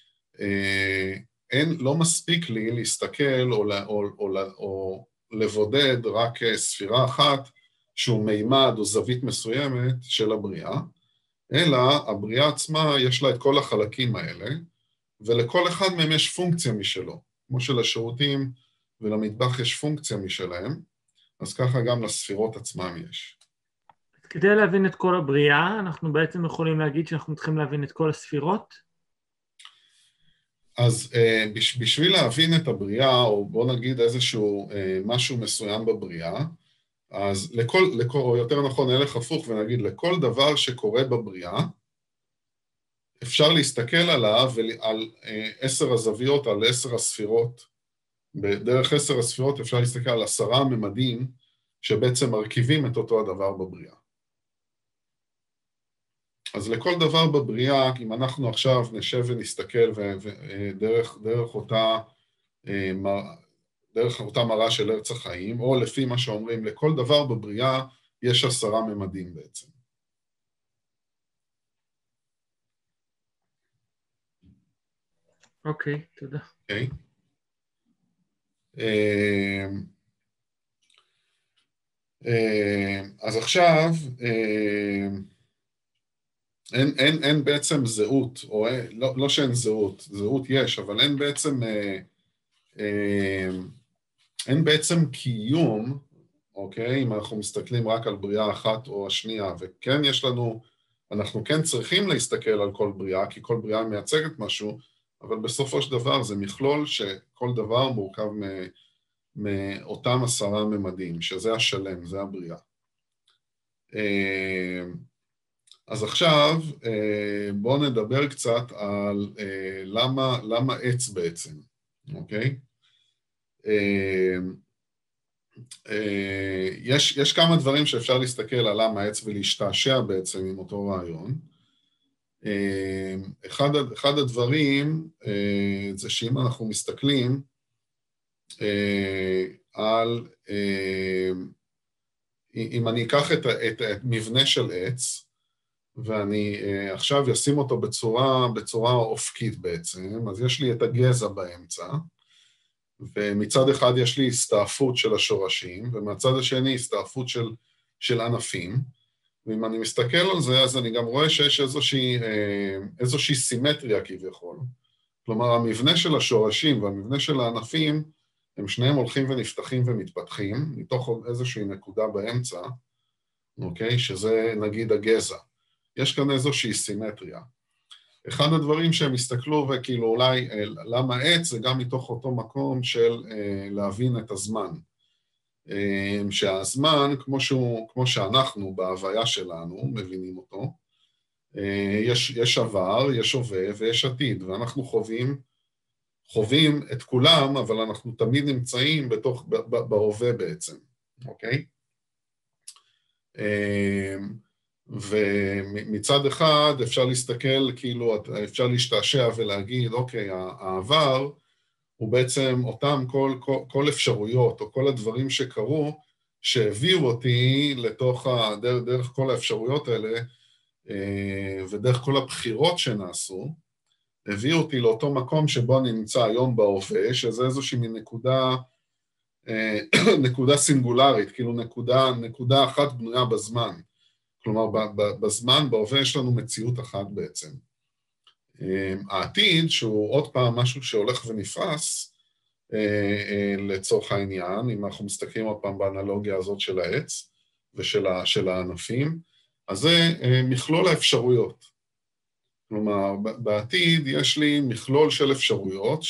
אין, לא מספיק לי להסתכל או, או, או, או לבודד רק ספירה אחת, שהוא מימד או זווית מסוימת של הבריאה, אלא הבריאה עצמה יש לה את כל החלקים האלה, ולכל אחד מהם יש פונקציה משלו, כמו שלשירותים ולמטבח יש פונקציה משלהם, אז ככה גם לספירות עצמם יש.
כדי להבין את כל הבריאה, אנחנו בעצם יכולים להגיד שאנחנו צריכים להבין את כל הספירות?
אז בשביל להבין את הבריאה, או בוא נגיד איזשהו משהו מסוים בבריאה, אז לכל, לכל, או יותר נכון הלך הפוך ונגיד, לכל דבר שקורה בבריאה, אפשר להסתכל עליו ועל עשר הזוויות, על עשר הספירות. בדרך עשר הספירות אפשר להסתכל על עשרה הממדים שבעצם מרכיבים את אותו הדבר בבריאה. אז לכל דבר בבריאה, אם אנחנו עכשיו נשב ונסתכל ודרך, דרך אותה, דרך אותה מראה של ארץ החיים, או לפי מה שאומרים, לכל דבר בבריאה יש עשרה ממדים בעצם.
אוקיי, תודה.
אוקיי. אז עכשיו, אין, אין, אין בעצם זהות, או לא, לא שאין זהות, זהות יש, אבל אין בעצם, אין בעצם קיום, אוקיי, אם אנחנו מסתכלים רק על בריאה אחת או השנייה, וכן יש לנו, אנחנו כן צריכים להסתכל על כל בריאה, כי כל בריאה מייצגת משהו, אבל בסופו של דבר זה מכלול שכל דבר מורכב מאותם עשרה ממדים, שזה השלם, זה הבריאה. אז עכשיו בואו נדבר קצת על למה, למה עץ בעצם, אוקיי? יש, יש כמה דברים שאפשר להסתכל על למה עץ ולהשתעשע בעצם עם אותו רעיון. אחד, אחד הדברים זה שאם אנחנו מסתכלים על, אם אני אקח את, את, את מבנה של עץ, ואני עכשיו אשים אותו בצורה, בצורה אופקית בעצם, אז יש לי את הגזע באמצע, ומצד אחד יש לי הסתעפות של השורשים, ומצד השני הסתעפות של, של ענפים, ואם אני מסתכל על זה, אז אני גם רואה שיש איזושהי, איזושהי סימטריה כביכול. כלומר, המבנה של השורשים והמבנה של הענפים, הם שניהם הולכים ונפתחים ומתפתחים, מתוך איזושהי נקודה באמצע, אוקיי? שזה נגיד הגזע. יש כאן איזושהי סימטריה. אחד הדברים שהם הסתכלו וכאילו אולי למה עץ, זה גם מתוך אותו מקום של להבין את הזמן. שהזמן, כמו שהוא, כמו שאנחנו בהוויה שלנו מבינים אותו, יש, יש עבר, יש הווה ויש עתיד, ואנחנו חווים, חווים את כולם, אבל אנחנו תמיד נמצאים בתוך, בהווה בעצם, אוקיי? ומצד אחד אפשר להסתכל, כאילו אפשר להשתעשע ולהגיד, אוקיי, העבר הוא בעצם אותם כל, כל, כל אפשרויות או כל הדברים שקרו, שהביאו אותי לתוך, דרך, דרך כל האפשרויות האלה, ודרך כל הבחירות שנעשו, הביאו אותי לאותו מקום שבו אני נמצא היום בהווה, שזה איזושהי נקודה, נקודה סינגולרית, כאילו נקודה, נקודה אחת בנויה בזמן. כלומר, בזמן, בהווה יש לנו מציאות אחת בעצם. העתיד, שהוא עוד פעם משהו שהולך ונפרס, לצורך העניין, אם אנחנו מסתכלים עוד פעם באנלוגיה הזאת של העץ ושל הענפים, אז זה מכלול האפשרויות. כלומר, בעתיד יש לי מכלול של אפשרויות,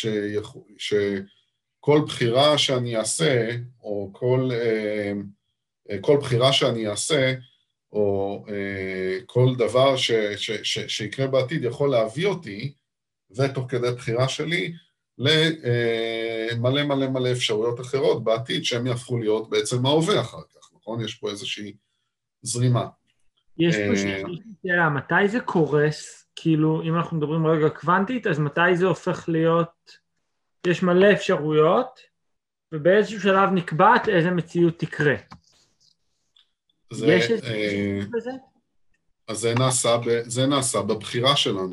שכל בחירה שאני אעשה, או כל, כל בחירה שאני אעשה, או כל דבר ש, ש, ש, שיקרה בעתיד יכול להביא אותי, ותוך כדי בחירה שלי, למלא מלא מלא אפשרויות אחרות בעתיד, שהן יהפכו להיות בעצם ההווה אחר כך, נכון? יש פה איזושהי זרימה.
יש פה שאלה, מתי זה קורס? כאילו, אם אנחנו מדברים רגע קוונטית, אז מתי זה הופך להיות, יש מלא אפשרויות, ובאיזשהו שלב נקבעת איזה מציאות תקרה.
זה,
יש איזה
אה,
מציאות בזה?
אז זה נעשה, ב, זה נעשה בבחירה שלנו.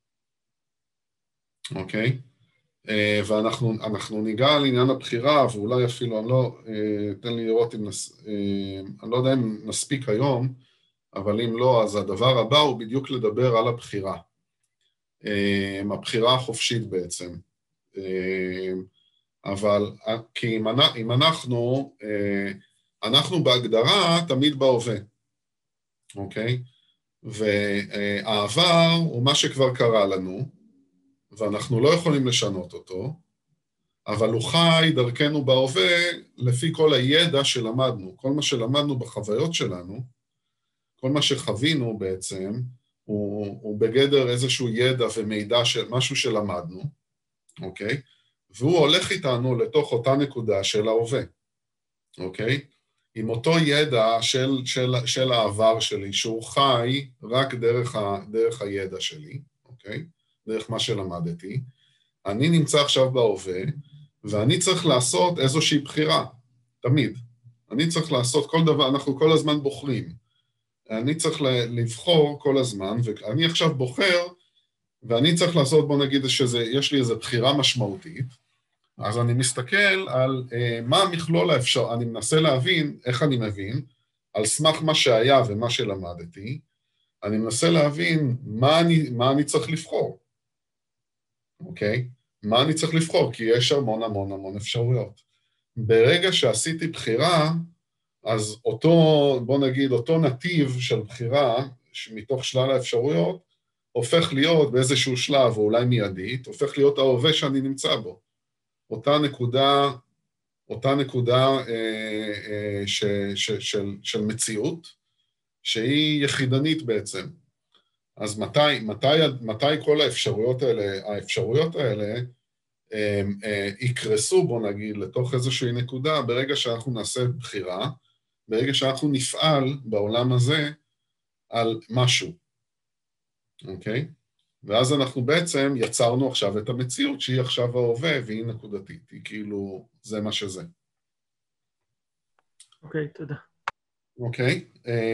אוקיי? ואנחנו אנחנו ניגע על עניין הבחירה, ואולי אפילו, אני לא, תן לי לראות אם, נס, אני לא יודע אם נספיק היום, אבל אם לא, אז הדבר הבא הוא בדיוק לדבר על הבחירה. הבחירה החופשית בעצם. אבל, כי אם אנחנו, אנחנו בהגדרה תמיד בהווה, אוקיי? והעבר הוא מה שכבר קרה לנו, ואנחנו לא יכולים לשנות אותו, אבל הוא חי דרכנו בהווה לפי כל הידע שלמדנו. כל מה שלמדנו בחוויות שלנו, כל מה שחווינו בעצם, הוא, הוא בגדר איזשהו ידע ומידע של משהו שלמדנו, אוקיי? והוא הולך איתנו לתוך אותה נקודה של ההווה, אוקיי? עם אותו ידע של, של, של העבר שלי, שהוא חי רק דרך, ה, דרך הידע שלי, אוקיי? דרך מה שלמדתי, אני נמצא עכשיו בהווה, ואני צריך לעשות איזושהי בחירה, תמיד. אני צריך לעשות כל דבר, אנחנו כל הזמן בוחרים. אני צריך לבחור כל הזמן, ואני עכשיו בוחר, ואני צריך לעשות, בוא נגיד שיש לי איזו בחירה משמעותית, אז אני מסתכל על אה, מה המכלול האפשר, אני מנסה להבין, איך אני מבין, על סמך מה שהיה ומה שלמדתי, אני מנסה להבין מה אני, מה אני צריך לבחור. אוקיי? מה אני צריך לבחור? כי יש המון המון המון אפשרויות. ברגע שעשיתי בחירה, אז אותו, בוא נגיד, אותו נתיב של בחירה, מתוך שלל האפשרויות, הופך להיות באיזשהו שלב, או אולי מיידית, הופך להיות ההווה שאני נמצא בו. אותה נקודה, אותה נקודה אה, אה, ש, ש, של, של מציאות, שהיא יחידנית בעצם. אז מתי, מתי, מתי כל האפשרויות האלה, האפשרויות האלה, הם, הם, יקרסו, בוא נגיד, לתוך איזושהי נקודה, ברגע שאנחנו נעשה בחירה, ברגע שאנחנו נפעל בעולם הזה על משהו, אוקיי? ואז אנחנו בעצם יצרנו עכשיו את המציאות, שהיא עכשיו ההווה, והיא נקודתית, היא כאילו, זה מה שזה.
אוקיי, תודה.
אוקיי,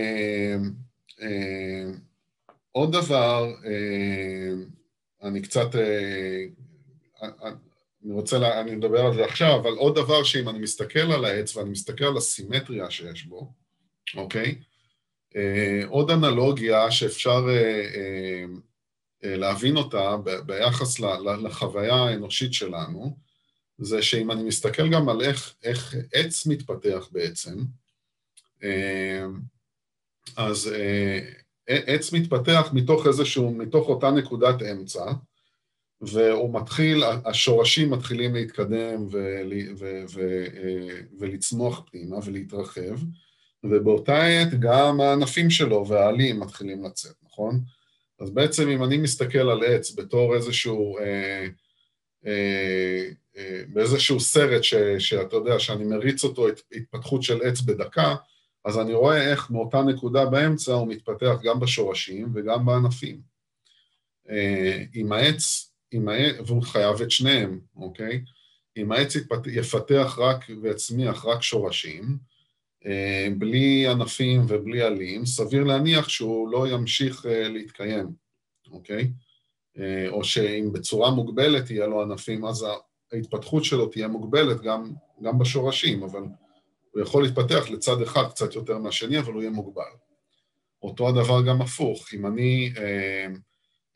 עוד דבר, אני קצת, אני רוצה, לה, אני מדבר על זה עכשיו, אבל עוד דבר שאם אני מסתכל על העץ, ואני מסתכל על הסימטריה שיש בו, אוקיי? עוד אנלוגיה שאפשר להבין אותה ביחס לחוויה האנושית שלנו, זה שאם אני מסתכל גם על איך, איך עץ מתפתח בעצם, אז עץ מתפתח מתוך איזשהו, מתוך אותה נקודת אמצע, והוא מתחיל, השורשים מתחילים להתקדם ול, ו, ו, ולצמוח פנימה ולהתרחב, ובאותה עת גם הענפים שלו והעלים מתחילים לצאת, נכון? אז בעצם אם אני מסתכל על עץ בתור איזשהו, אה, אה, אה, באיזשהו סרט ש, שאתה יודע, שאני מריץ אותו את התפתחות של עץ בדקה, אז אני רואה איך מאותה נקודה באמצע הוא מתפתח גם בשורשים וגם בענפים. אה, עם העץ, עם העץ, והוא חייב את שניהם, אוקיי? אם העץ יפתח, יפתח רק ויצמיח רק שורשים, בלי ענפים ובלי עלים, סביר להניח שהוא לא ימשיך להתקיים, אוקיי? או שאם בצורה מוגבלת יהיה לו ענפים, אז ההתפתחות שלו תהיה מוגבלת גם, גם בשורשים, אבל הוא יכול להתפתח לצד אחד קצת יותר מהשני, אבל הוא יהיה מוגבל. אותו הדבר גם הפוך, אם אני אה,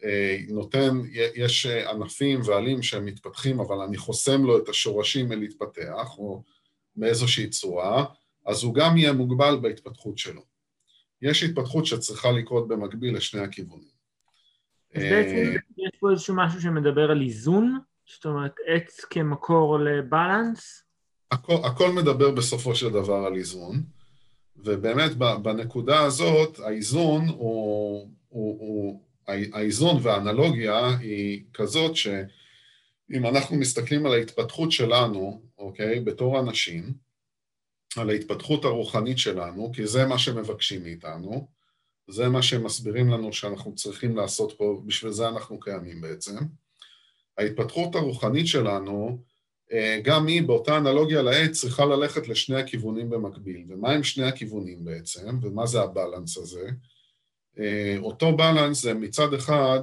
נותן, יש ענפים ועלים שהם מתפתחים, אבל אני חוסם לו את השורשים מלהתפתח, או מאיזושהי צורה, אז הוא גם יהיה מוגבל בהתפתחות שלו. יש התפתחות שצריכה לקרות במקביל לשני הכיוונים.
אז בעצם יש פה איזשהו משהו שמדבר על איזון, זאת אומרת, עץ כמקור לבלנס? הכל,
הכל מדבר בסופו של דבר על איזון, ובאמת בנקודה הזאת, האיזון הוא, הוא, הוא, האיזון והאנלוגיה היא כזאת שאם אנחנו מסתכלים על ההתפתחות שלנו, אוקיי, בתור אנשים, על ההתפתחות הרוחנית שלנו, כי זה מה שמבקשים מאיתנו, זה מה שמסבירים לנו שאנחנו צריכים לעשות פה, בשביל זה אנחנו קיימים בעצם. ההתפתחות הרוחנית שלנו, גם היא באותה אנלוגיה לעץ צריכה ללכת לשני הכיוונים במקביל. ומה הם שני הכיוונים בעצם? ומה זה הבלנס הזה? אותו בלנס זה מצד אחד,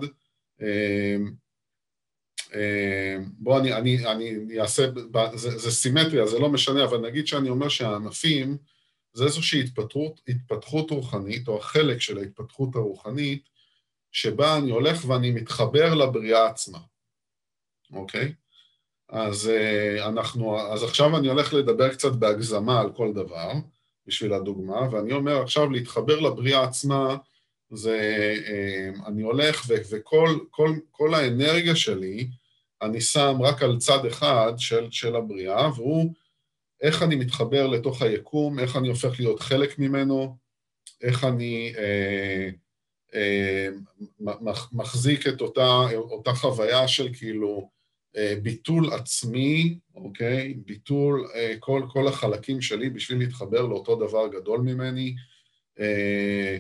בוא אני, אני, אני אעשה, זה, זה סימטריה, זה לא משנה, אבל נגיד שאני אומר שהענפים, זה איזושהי התפתחות, התפתחות רוחנית, או החלק של ההתפתחות הרוחנית, שבה אני הולך ואני מתחבר לבריאה עצמה. אוקיי? אז אנחנו, אז עכשיו אני הולך לדבר קצת בהגזמה על כל דבר, בשביל הדוגמה, ואני אומר עכשיו להתחבר לבריאה עצמה, זה, אני הולך ו, וכל כל, כל האנרגיה שלי, אני שם רק על צד אחד של, של הבריאה, והוא איך אני מתחבר לתוך היקום, איך אני הופך להיות חלק ממנו, איך אני אה, אה, מחזיק את אותה, אותה חוויה של כאילו אה, ביטול עצמי, אוקיי? ביטול אה, כל, כל החלקים שלי בשביל להתחבר לאותו דבר גדול ממני, אה,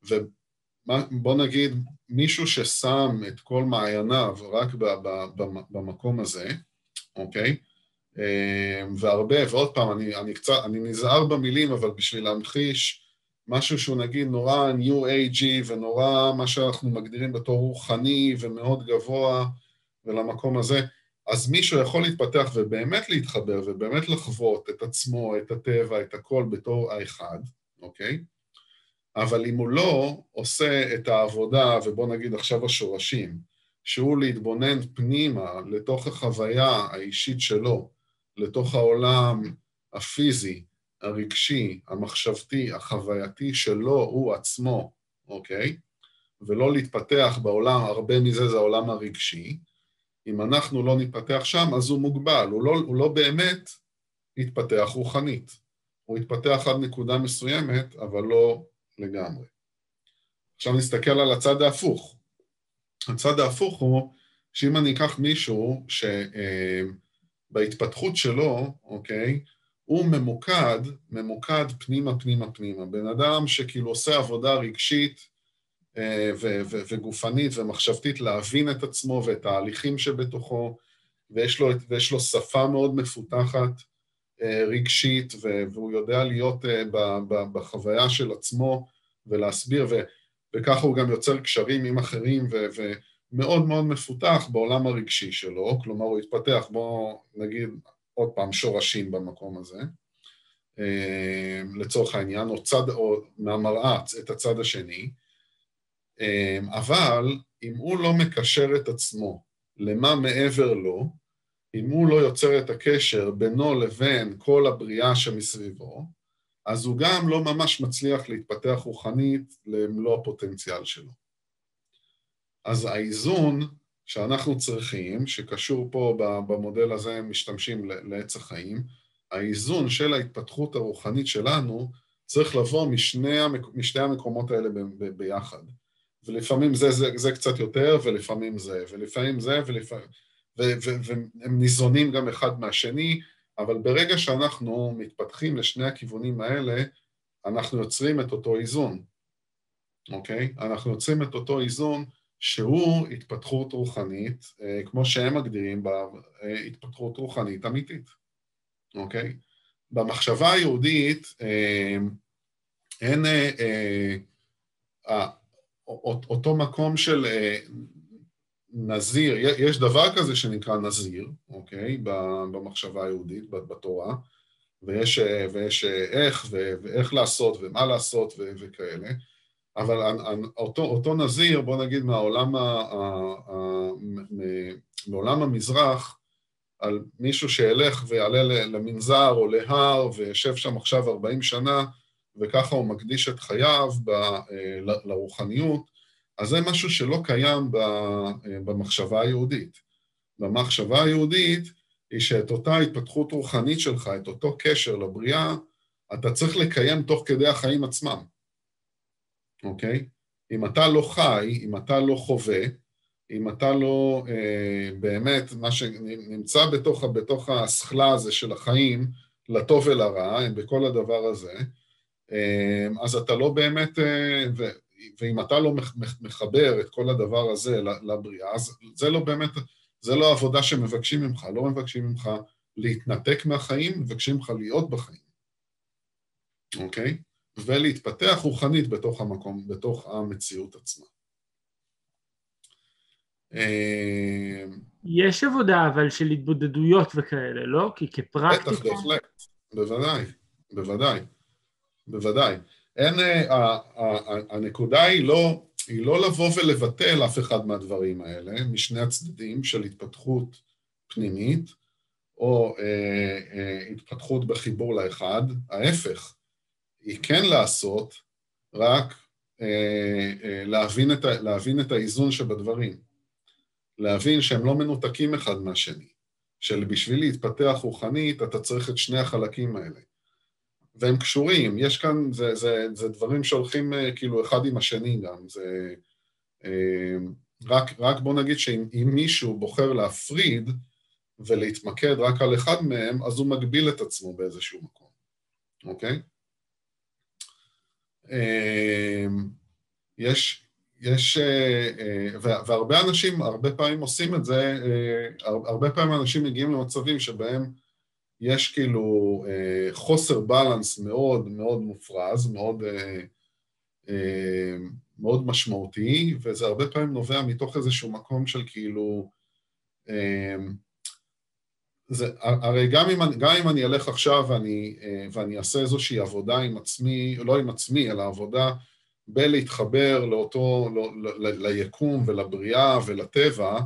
ובוא נגיד מישהו ששם את כל מעייניו רק במקום הזה, אוקיי? והרבה, ועוד פעם, אני, אני קצת, אני נזהר במילים, אבל בשביל להמחיש משהו שהוא נגיד נורא New Age ונורא מה שאנחנו מגדירים בתור רוחני ומאוד גבוה ולמקום הזה, אז מישהו יכול להתפתח ובאמת להתחבר ובאמת לחוות את עצמו, את הטבע, את הכל בתור האחד, אוקיי? אבל אם הוא לא עושה את העבודה, ובוא נגיד עכשיו השורשים, שהוא להתבונן פנימה לתוך החוויה האישית שלו, לתוך העולם הפיזי, הרגשי, המחשבתי, החווייתי שלו, הוא עצמו, אוקיי? ולא להתפתח בעולם, הרבה מזה זה העולם הרגשי. אם אנחנו לא נתפתח שם, אז הוא מוגבל, הוא לא, הוא לא באמת יתפתח רוחנית. הוא יתפתח עד נקודה מסוימת, אבל לא לגמרי. עכשיו נסתכל על הצד ההפוך. הצד ההפוך הוא שאם אני אקח מישהו שבהתפתחות שלו, אוקיי, הוא ממוקד, ממוקד פנימה, פנימה, פנימה. בן אדם שכאילו עושה עבודה רגשית ו- ו- וגופנית ומחשבתית להבין את עצמו ואת ההליכים שבתוכו, ויש לו, ויש לו שפה מאוד מפותחת רגשית, והוא יודע להיות בחוויה של עצמו ולהסביר, ו- וככה הוא גם יוצר קשרים עם אחרים, ו- ומאוד מאוד מפותח בעולם הרגשי שלו, כלומר הוא יתפתח בו, נגיד, עוד פעם, שורשים במקום הזה, לצורך העניין, או, צד, או מהמראה את הצד השני, אבל אם הוא לא מקשר את עצמו למה מעבר לו, אם הוא לא יוצר את הקשר בינו לבין כל הבריאה שמסביבו, אז הוא גם לא ממש מצליח להתפתח רוחנית למלוא הפוטנציאל שלו. אז האיזון שאנחנו צריכים, שקשור פה במודל הזה, משתמשים לעץ החיים, האיזון של ההתפתחות הרוחנית שלנו צריך לבוא משני, משתי המקומות האלה ב- ב- ביחד. ולפעמים זה, זה, זה קצת יותר, ולפעמים זה, ולפעמים זה, ולפעמים... והם ניזונים גם אחד מהשני, אבל ברגע שאנחנו מתפתחים לשני הכיוונים האלה, אנחנו יוצרים את אותו איזון, אוקיי? אנחנו יוצרים את אותו איזון שהוא התפתחות רוחנית, כמו שהם מגדירים בה, התפתחות רוחנית אמיתית, אוקיי? במחשבה היהודית, אין אותו מקום של נזיר, יש דבר כזה שנקרא נזיר, אוקיי, במחשבה היהודית, בתורה, ויש, ויש איך, ואיך לעשות, ומה לעשות, וכאלה, אבל אותו, אותו נזיר, בוא נגיד מהעולם, ה, ה, ה, מעולם המזרח, על מישהו שילך ויעלה למנזר או להר וישב שם עכשיו ארבעים שנה, וככה הוא מקדיש את חייו ב, ל, לרוחניות, אז זה משהו שלא קיים במחשבה היהודית. במחשבה היהודית היא שאת אותה התפתחות רוחנית שלך, את אותו קשר לבריאה, אתה צריך לקיים תוך כדי החיים עצמם. אוקיי? אם אתה לא חי, אם אתה לא חווה, אם אתה לא אה, באמת, מה שנמצא בתוך, בתוך השכלה הזה של החיים, לטוב ולרע, בכל הדבר הזה, אה, אז אתה לא באמת, אה, ו, ואם אתה לא מחבר את כל הדבר הזה לבריאה, אז זה לא באמת, זה לא העבודה שמבקשים ממך, לא מבקשים ממך להתנתק מהחיים, מבקשים ממך להיות בחיים. אוקיי? ולהתפתח רוחנית בתוך המקום, בתוך המציאות עצמה.
יש עבודה אבל של התבודדויות וכאלה, לא? כי כפרקטיקה...
בטח, בהחלט, בוודאי, בוודאי, בוודאי. אין, הנקודה היא לא, היא לא לבוא ולבטל אף אחד מהדברים האלה, משני הצדדים של התפתחות פנימית, או אה, אה, התפתחות בחיבור לאחד, ההפך. היא כן לעשות, רק אה, אה, להבין, את ה, להבין את האיזון שבדברים. להבין שהם לא מנותקים אחד מהשני. שבשביל להתפתח רוחנית, אתה צריך את שני החלקים האלה. והם קשורים, יש כאן, זה, זה, זה דברים שהולכים אה, כאילו אחד עם השני גם. זה, אה, רק, רק בוא נגיד שאם מישהו בוחר להפריד, ולהתמקד רק על אחד מהם, אז הוא מגביל את עצמו באיזשהו מקום. אוקיי? יש, יש, והרבה אנשים, הרבה פעמים עושים את זה, הרבה פעמים אנשים מגיעים למצבים שבהם יש כאילו חוסר בלנס מאוד מאוד מופרז, מאוד, מאוד משמעותי, וזה הרבה פעמים נובע מתוך איזשהו מקום של כאילו, זה, הרי גם אם, גם אם אני אלך עכשיו ואני, ואני אעשה איזושהי עבודה עם עצמי, לא עם עצמי, אלא עבודה בלהתחבר לאותו, לא, ל, ל, ליקום ולבריאה ולטבע,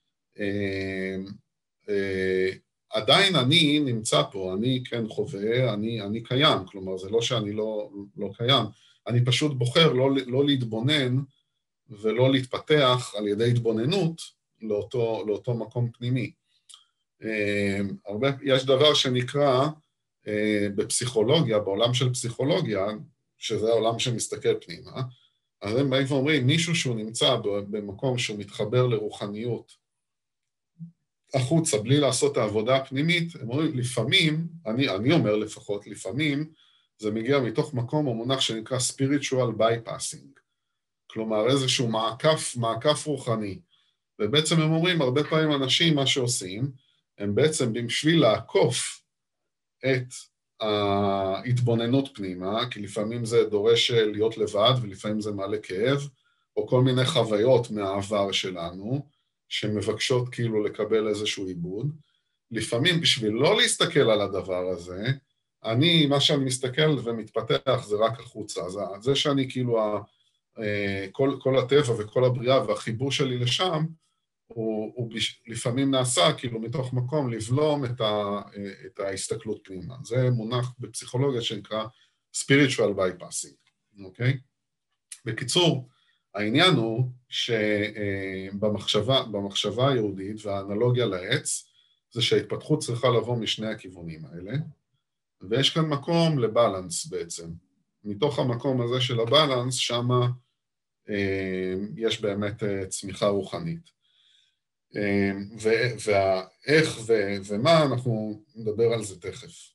עדיין אני נמצא פה, אני כן חווה, אני, אני קיים, כלומר זה לא שאני לא, לא קיים, אני פשוט בוחר לא, לא להתבונן ולא להתפתח על ידי התבוננות לאותו, לאותו מקום פנימי. הרבה, יש דבר שנקרא בפסיכולוגיה, בעולם של פסיכולוגיה, שזה העולם שמסתכל פנימה, אז הם באים ואומרים, מישהו שהוא נמצא במקום שהוא מתחבר לרוחניות החוצה, בלי לעשות את העבודה הפנימית, הם אומרים, לפעמים, אני, אני אומר לפחות, לפעמים, זה מגיע מתוך מקום או מונח שנקרא spiritual bypassing, כלומר איזשהו מעקף, מעקף רוחני, ובעצם הם אומרים, הרבה פעמים אנשים מה שעושים, הם בעצם בשביל לעקוף את ההתבוננות פנימה, כי לפעמים זה דורש להיות לבד, ולפעמים זה מעלה כאב, או כל מיני חוויות מהעבר שלנו, שמבקשות כאילו לקבל איזשהו עיבוד. לפעמים בשביל לא להסתכל על הדבר הזה, אני, מה שאני מסתכל ומתפתח זה רק החוצה. זה, זה שאני כאילו, כל, כל הטבע וכל הבריאה והחיבור שלי לשם, הוא, הוא לפעמים נעשה כאילו מתוך מקום לבלום את, ה, את ההסתכלות פנימה. זה מונח בפסיכולוגיה שנקרא spiritual bypassing, אוקיי? בקיצור, העניין הוא שבמחשבה, במחשבה היהודית והאנלוגיה לעץ, זה שההתפתחות צריכה לבוא משני הכיוונים האלה, ויש כאן מקום לבלנס בעצם. מתוך המקום הזה של הבלנס, שמה יש באמת צמיחה רוחנית. ואיך ומה, אנחנו נדבר על זה תכף.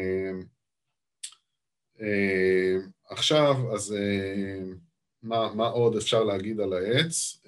עכשיו, אז מה, מה עוד אפשר להגיד על העץ?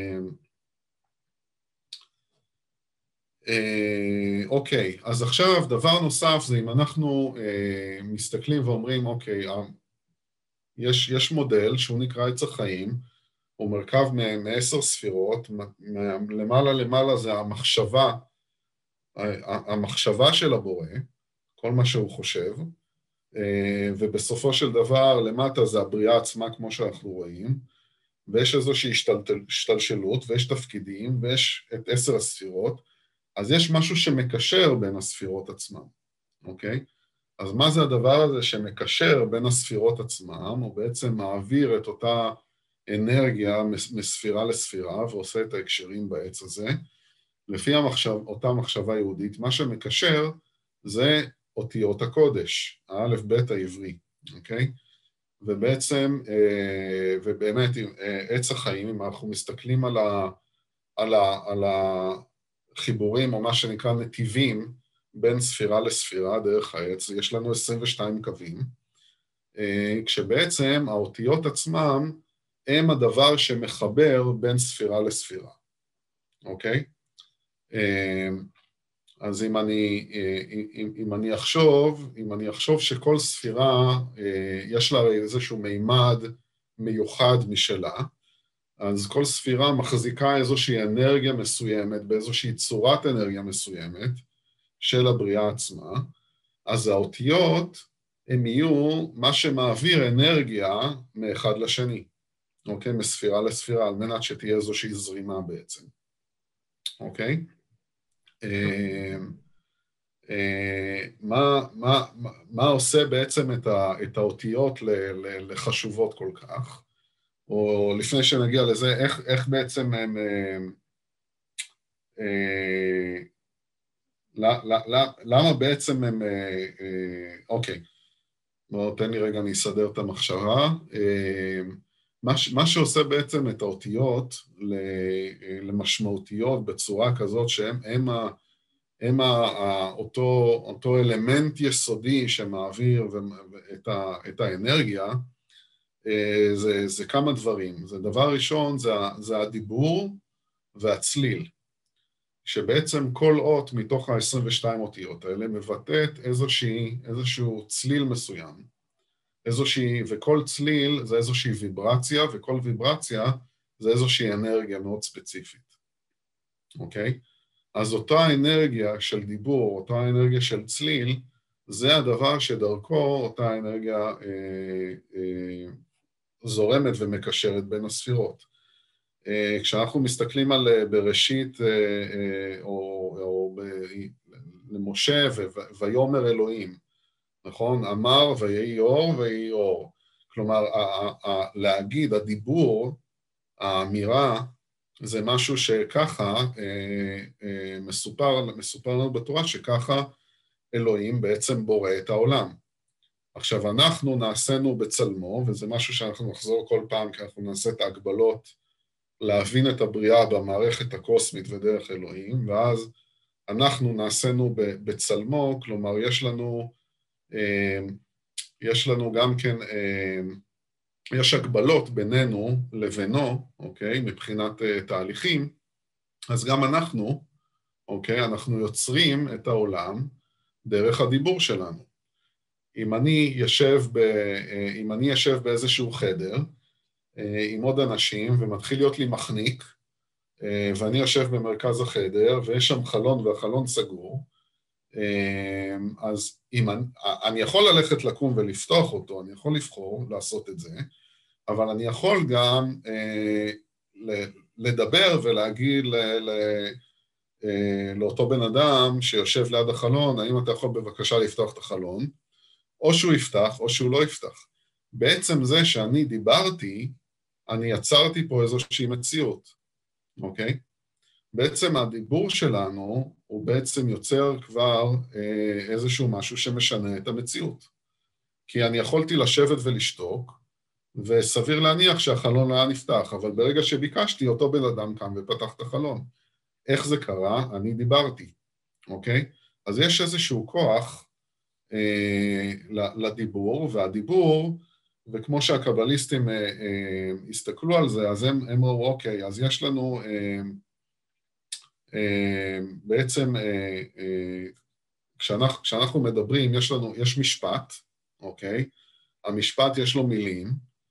אוקיי, אז עכשיו דבר נוסף זה אם אנחנו מסתכלים ואומרים, אוקיי, יש, יש מודל שהוא נקרא עץ החיים, הוא מרכב מעשר ספירות, למעלה למעלה זה המחשבה, המחשבה של הבורא, כל מה שהוא חושב, ובסופו של דבר למטה זה הבריאה עצמה כמו שאנחנו רואים, ויש איזושהי השתלשלות, ויש תפקידים, ויש את עשר הספירות, אז יש משהו שמקשר בין הספירות עצמם, אוקיי? אז מה זה הדבר הזה שמקשר בין הספירות עצמם, הוא בעצם מעביר את אותה אנרגיה מספירה לספירה, ועושה את ההקשרים בעץ הזה, לפי המחשב, אותה מחשבה יהודית, מה שמקשר זה אותיות הקודש, האלף בית העברי, אוקיי? ובעצם, ובאמת, עץ החיים, אם אנחנו מסתכלים על, ה, על, ה, על החיבורים, או מה שנקרא נתיבים, בין ספירה לספירה דרך העץ, יש לנו עשרים ושתיים קווים, כשבעצם האותיות עצמם הם הדבר שמחבר בין ספירה לספירה, אוקיי? אז אם אני, אם, אם אני אחשוב, אם אני אחשוב שכל ספירה יש לה איזשהו מימד מיוחד משלה, אז כל ספירה מחזיקה איזושהי אנרגיה מסוימת, באיזושהי צורת אנרגיה מסוימת של הבריאה עצמה, אז האותיות הם יהיו מה שמעביר אנרגיה מאחד לשני, אוקיי? מספירה לספירה, על מנת שתהיה איזושהי זרימה בעצם, אוקיי? מה, מה, מה עושה בעצם את, ה, את האותיות ל, ל, לחשובות כל כך? או לפני שנגיע לזה, איך, איך בעצם הם... למה בעצם הם... אוקיי, בואו תן לי רגע, אני אסדר את המחשבה. מה שעושה בעצם את האותיות למשמעותיות בצורה כזאת שהם הם ה, הם ה, אותו, אותו אלמנט יסודי שמעביר את, ה, את האנרגיה, זה, זה כמה דברים. זה דבר ראשון, זה, זה הדיבור והצליל, שבעצם כל אות מתוך ה-עשרים ושתיים אותיות האלה מבטאת איזושהי, איזשהו צליל מסוים. איזושהי, וכל צליל זה איזושהי ויברציה, וכל ויברציה זה איזושהי אנרגיה מאוד ספציפית, אוקיי? אז אותה אנרגיה של דיבור, אותה אנרגיה של צליל, זה הדבר שדרכו אותה אנרגיה אה, אה, זורמת ומקשרת בין הספירות. אה, כשאנחנו מסתכלים על בראשית, אה, אה, או, או ב, למשה ו, ויאמר אלוהים, נכון? אמר ויהי אור ויהי אור. כלומר, להגיד, הדיבור, האמירה, זה משהו שככה מסופר, מסופר לנו בתורה, שככה אלוהים בעצם בורא את העולם. עכשיו, אנחנו נעשינו בצלמו, וזה משהו שאנחנו נחזור כל פעם, כי אנחנו נעשה את ההגבלות, להבין את הבריאה במערכת הקוסמית ודרך אלוהים, ואז אנחנו נעשינו בצלמו, כלומר, יש לנו... יש לנו גם כן, יש הגבלות בינינו לבינו, אוקיי, מבחינת תהליכים, אז גם אנחנו, אוקיי, אנחנו יוצרים את העולם דרך הדיבור שלנו. אם אני יושב, ב, אם אני יושב באיזשהו חדר עם עוד אנשים ומתחיל להיות לי מחניק, ואני יושב במרכז החדר ויש שם חלון והחלון סגור, אז אם אני, אני יכול ללכת לקום ולפתוח אותו, אני יכול לבחור לעשות את זה, אבל אני יכול גם אה, לדבר ולהגיד ל, ל, אה, לאותו בן אדם שיושב ליד החלון, האם אתה יכול בבקשה לפתוח את החלון, או שהוא יפתח או שהוא לא יפתח. בעצם זה שאני דיברתי, אני יצרתי פה איזושהי מציאות, אוקיי? בעצם הדיבור שלנו הוא בעצם יוצר כבר איזשהו משהו שמשנה את המציאות. כי אני יכולתי לשבת ולשתוק, וסביר להניח שהחלון היה נפתח, אבל ברגע שביקשתי, אותו בן אדם קם ופתח את החלון. איך זה קרה? אני דיברתי, אוקיי? אז יש איזשהו כוח אה, לדיבור, והדיבור, וכמו שהקבליסטים אה, אה, הסתכלו על זה, אז הם אמרו, אוקיי, אז יש לנו... אה, בעצם כשאנחנו, כשאנחנו מדברים, יש לנו, יש משפט, אוקיי? המשפט יש לו מילים,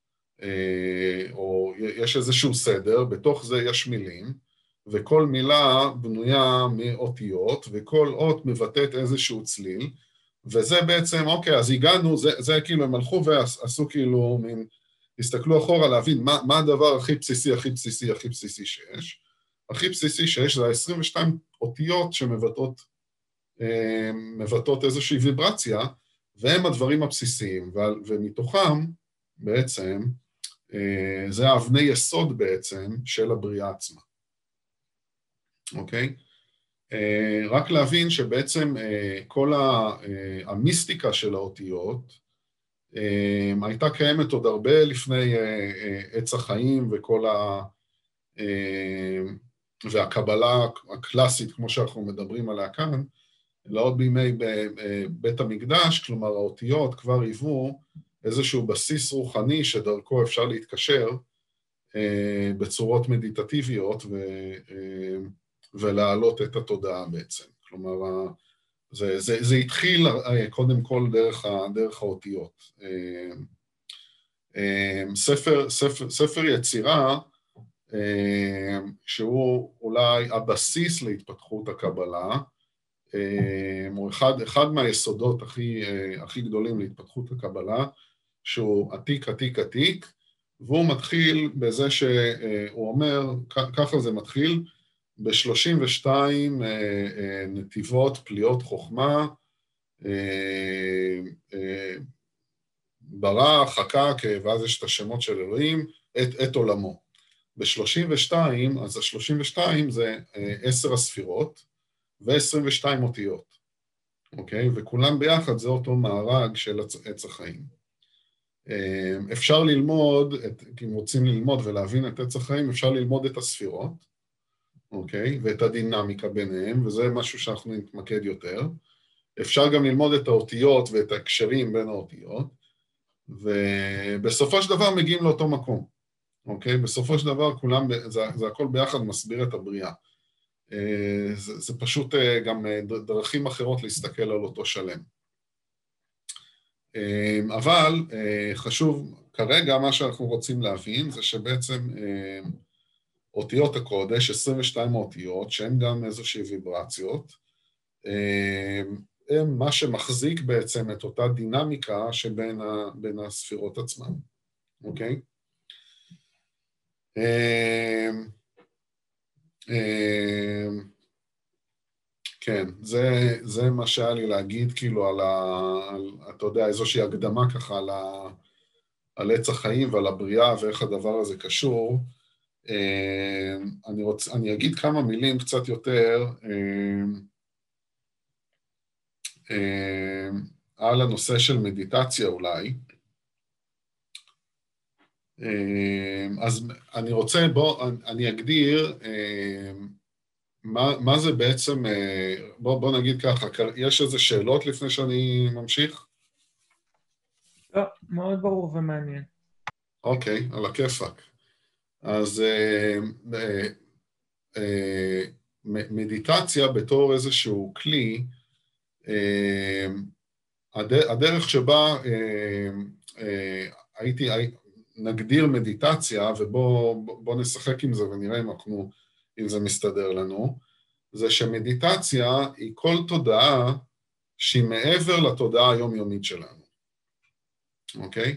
או יש איזשהו סדר, בתוך זה יש מילים, וכל מילה בנויה מאותיות, וכל אות מבטאת איזשהו צליל, וזה בעצם, אוקיי, אז הגענו, זה, זה כאילו, הם הלכו ועשו כאילו, מין, הסתכלו אחורה להבין מה, מה הדבר הכי בסיסי, הכי בסיסי, הכי בסיסי שיש. הכי בסיסי שיש זה ה-עשרים ושתיים אותיות שמבטאות אה, מבטאות איזושהי ויברציה, והם הדברים הבסיסיים, ו, ומתוכם בעצם, אה, זה האבני יסוד בעצם של הבריאה עצמה. אוקיי? אה, רק להבין שבעצם אה, כל המיסטיקה של האותיות אה, הייתה קיימת עוד הרבה לפני אה, אה, עץ החיים וכל ה... אה, והקבלה הקלאסית, כמו שאנחנו מדברים עליה כאן, אלא עוד בימי בית המקדש, כלומר האותיות כבר היוו איזשהו בסיס רוחני שדרכו אפשר להתקשר אה, בצורות מדיטטיביות ו... אה, ולהעלות את התודעה בעצם. כלומר, זה, זה, זה התחיל קודם כל דרך, דרך האותיות. ספר, ספר, ספר יצירה, שהוא אולי הבסיס להתפתחות הקבלה, הוא אחד, אחד מהיסודות הכי, הכי גדולים להתפתחות הקבלה, שהוא עתיק, עתיק, עתיק, והוא מתחיל בזה שהוא אומר, ככה זה מתחיל, ב-שלושים ושתיים אה, אה, נתיבות, פליאות חוכמה, אה, אה, ברא, חקק, ואז יש את השמות של אלוהים, את, את עולמו. ב-שלושים ושתיים, אז ה-שלושים ושתיים זה אה, עשר הספירות, ו-עשרים ושתיים אותיות, אוקיי? וכולם ביחד זה אותו מארג של עץ החיים. אה, אפשר ללמוד, את, אם רוצים ללמוד ולהבין את עץ החיים, אפשר ללמוד את הספירות, אוקיי? ואת הדינמיקה ביניהם, וזה משהו שאנחנו נתמקד יותר. אפשר גם ללמוד את האותיות ואת הקשרים בין האותיות, ובסופו של דבר מגיעים לאותו מקום, אוקיי? בסופו של דבר כולם, זה, זה הכל ביחד מסביר את הבריאה. זה, זה פשוט גם דרכים אחרות להסתכל על אותו שלם. אבל חשוב, כרגע מה שאנחנו רוצים להבין זה שבעצם אותיות הקודש, עשרים ושתיים אותיות, שהן גם איזושהי ויברציות, הם מה שמחזיק בעצם את אותה דינמיקה שבין ה, בין הספירות עצמן, אוקיי? כן, זה, זה מה שהיה לי להגיד, כאילו, על ה, על, אתה יודע, איזושהי הקדמה ככה על, ה, על עץ החיים ועל הבריאה ואיך הדבר הזה קשור. אני, רוצ, אני אגיד כמה מילים קצת יותר על הנושא של מדיטציה אולי. אז אני רוצה, בוא, אני אגדיר מה, מה זה בעצם, בוא, בוא נגיד ככה, יש איזה שאלות לפני שאני ממשיך?
לא, מאוד ברור ומעניין.
אוקיי, על הכיפק. אז אה, אה, אה, מדיטציה בתור איזשהו כלי, אה, הדרך שבה אה, אה, הייתי, נגדיר מדיטציה, ובוא בוא נשחק עם זה ונראה אם, אנחנו, אם זה מסתדר לנו, זה שמדיטציה היא כל תודעה שהיא מעבר לתודעה היומיומית שלנו, אוקיי?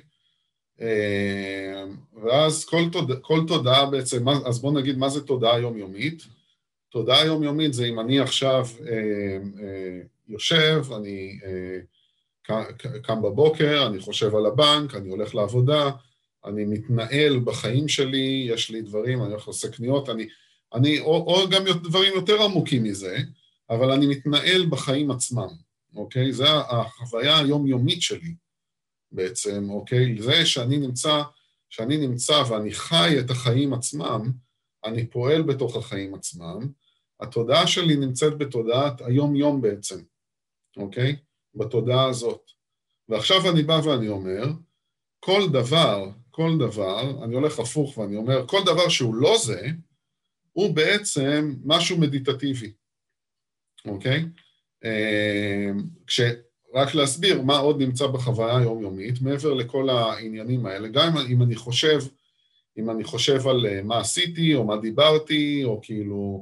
ואז כל תודעה, כל תודעה בעצם, אז בוא נגיד מה זה תודעה יומיומית. תודעה יומיומית זה אם אני עכשיו אה, אה, יושב, אני אה, קם בבוקר, אני חושב על הבנק, אני הולך לעבודה, אני מתנהל בחיים שלי, יש לי דברים, אני הולך לעשות קניות, אני, אני, או, או גם דברים יותר עמוקים מזה, אבל אני מתנהל בחיים עצמם, אוקיי? זה החוויה היומיומית שלי. בעצם, אוקיי? זה שאני נמצא, שאני נמצא ואני חי את החיים עצמם, אני פועל בתוך החיים עצמם, התודעה שלי נמצאת בתודעת היום-יום בעצם, אוקיי? בתודעה הזאת. ועכשיו אני בא ואני אומר, כל דבר, כל דבר, אני הולך הפוך ואני אומר, כל דבר שהוא לא זה, הוא בעצם משהו מדיטטיבי, אוקיי? כש... רק להסביר מה עוד נמצא בחוויה היומיומית, מעבר לכל העניינים האלה, גם אם אני חושב, אם אני חושב על מה עשיתי, או מה דיברתי, או כאילו,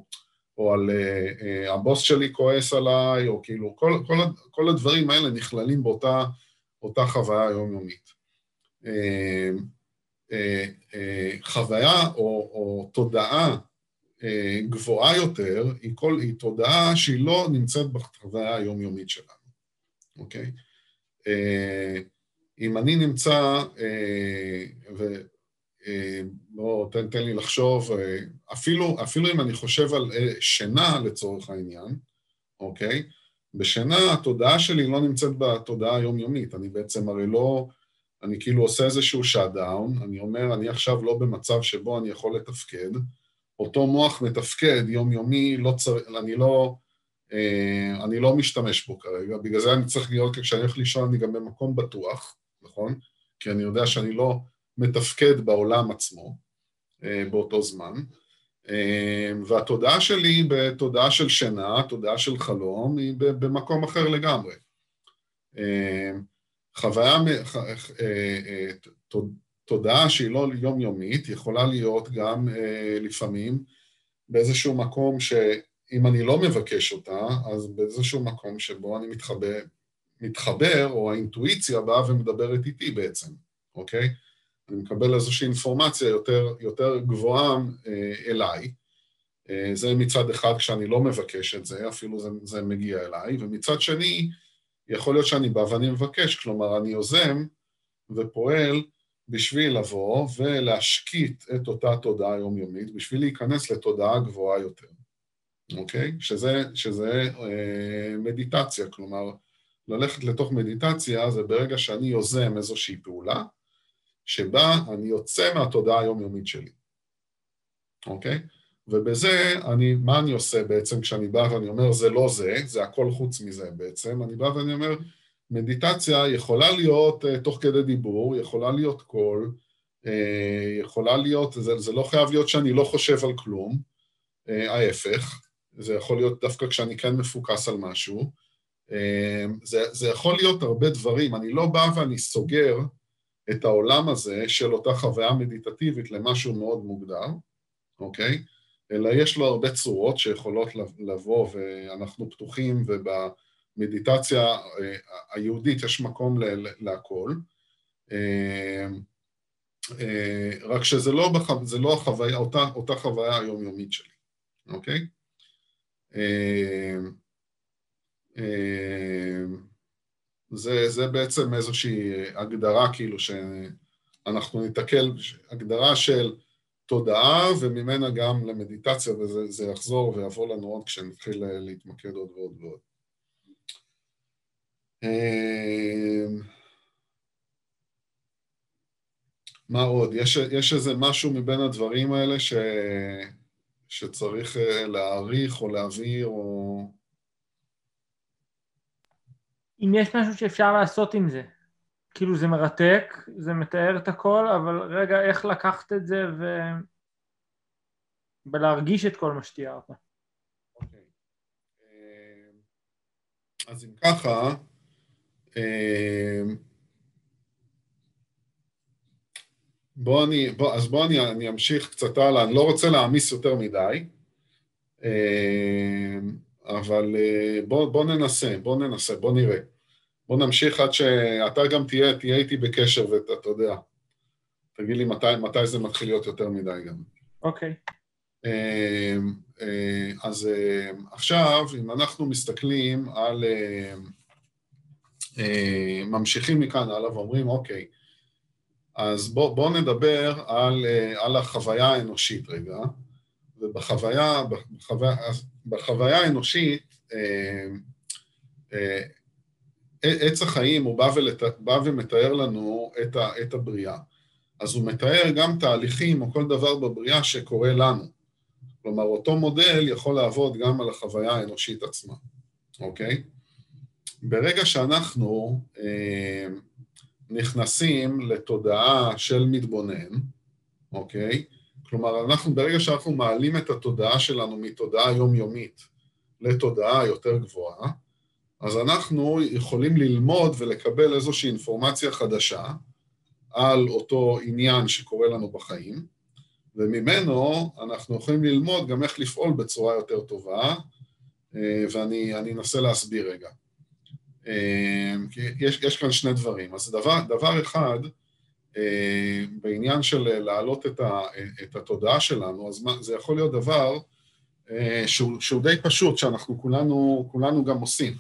או על uh, uh, הבוס שלי כועס עליי, או כאילו, כל, כל, כל הדברים האלה נכללים באותה אותה חוויה יומיומית. Uh, uh, uh, חוויה או, או תודעה uh, גבוהה יותר, היא, כל, היא תודעה שהיא לא נמצאת בחוויה היומיומית שלנו, אוקיי? Uh, אם אני נמצא, uh, ו... בוא, תן, תן לי לחשוב, אפילו, אפילו אם אני חושב על שינה לצורך העניין, אוקיי? בשינה התודעה שלי לא נמצאת בתודעה היומיומית, אני בעצם הרי לא, אני כאילו עושה איזשהו שאט-דאון, אני אומר, אני עכשיו לא במצב שבו אני יכול לתפקד, אותו מוח מתפקד יומיומי, לא צריך, אני לא, אני לא משתמש בו כרגע, בגלל זה אני צריך להיות, כשאני הולך לישון, אני גם במקום בטוח, נכון? כי אני יודע שאני לא מתפקד בעולם עצמו, באותו זמן, והתודעה שלי היא בתודעה של שינה, תודעה של חלום, היא במקום אחר לגמרי. חוויה, תודעה שהיא לא יומיומית, יכולה להיות גם לפעמים באיזשהו מקום שאם אני לא מבקש אותה, אז באיזשהו מקום שבו אני מתחבר, מתחבר או האינטואיציה באה ומדברת איתי בעצם, אוקיי? אני מקבל איזושהי אינפורמציה יותר, יותר גבוהה אה, אליי. אה, זה מצד אחד כשאני לא מבקש את זה, אפילו זה, זה מגיע אליי, ומצד שני, יכול להיות שאני בא ואני מבקש, כלומר אני יוזם ופועל בשביל לבוא ולהשקיט את אותה תודעה יומיומית, בשביל להיכנס לתודעה גבוהה יותר, אוקיי? שזה, שזה אה, מדיטציה, כלומר, ללכת לתוך מדיטציה זה ברגע שאני יוזם איזושהי פעולה, שבה אני יוצא מהתודעה היומיומית שלי, אוקיי? ובזה, אני, מה אני עושה בעצם כשאני בא ואני אומר, זה לא זה, זה הכל חוץ מזה בעצם, אני בא ואני אומר, מדיטציה יכולה להיות uh, תוך כדי דיבור, יכולה להיות קול, uh, יכולה להיות, זה, זה לא חייב להיות שאני לא חושב על כלום, uh, ההפך, זה יכול להיות דווקא כשאני כן מפוקס על משהו, uh, זה, זה יכול להיות הרבה דברים, אני לא בא ואני סוגר, את העולם הזה של אותה חוויה מדיטטיבית למשהו מאוד מוגדר, אוקיי? אלא יש לו הרבה צורות שיכולות לבוא ואנחנו פתוחים, ובמדיטציה היהודית יש מקום להכל, רק שזה לא, זה לא החוויה, אותה, אותה חוויה היומיומית שלי, אוקיי? זה, זה בעצם איזושהי הגדרה כאילו שאנחנו ניתקל, הגדרה של תודעה וממנה גם למדיטציה, וזה זה יחזור ויבוא לנו עוד כשנתחיל להתמקד עוד ועוד ועוד. מה עוד? יש, יש איזה משהו מבין הדברים האלה ש, שצריך להעריך או להעביר או...
אם יש משהו שאפשר לעשות עם זה, כאילו זה מרתק, זה מתאר את הכל, אבל רגע, איך לקחת את זה ו... ולהרגיש את כל מה שתיארת.
אוקיי. אז אם ככה, בוא אני, בוא, אז בוא אני, אני אמשיך קצת הלאה, אני לא רוצה להעמיס יותר מדי, אבל בוא, בוא ננסה, בוא ננסה, בוא נראה. בוא נמשיך עד שאתה גם תהיה, תהיה איתי בקשר ואתה, אתה יודע, תגיד לי מתי, מתי זה מתחיל להיות יותר מדי גם.
אוקיי.
אז עכשיו, אם אנחנו מסתכלים על, ממשיכים מכאן הלאה ואומרים, אוקיי, אז בוא, בוא נדבר על, על החוויה האנושית רגע, ובחוויה, בחוויה, בחוויה האנושית, עץ החיים הוא בא, ולת, בא ומתאר לנו את, ה, את הבריאה. אז הוא מתאר גם תהליכים או כל דבר בבריאה שקורה לנו. כלומר, אותו מודל יכול לעבוד גם על החוויה האנושית עצמה, אוקיי? ברגע שאנחנו אה, נכנסים לתודעה של מתבונן, אוקיי? כלומר, אנחנו, ברגע שאנחנו מעלים את התודעה שלנו מתודעה יומיומית לתודעה יותר גבוהה, אז אנחנו יכולים ללמוד ולקבל איזושהי אינפורמציה חדשה על אותו עניין שקורה לנו בחיים, וממנו אנחנו יכולים ללמוד גם איך לפעול בצורה יותר טובה, ואני אני אנסה להסביר רגע. כי יש, יש כאן שני דברים. אז דבר, דבר אחד, בעניין של להעלות את, ה, את התודעה שלנו, אז זה יכול להיות דבר שהוא, שהוא די פשוט, שאנחנו כולנו, כולנו גם עושים.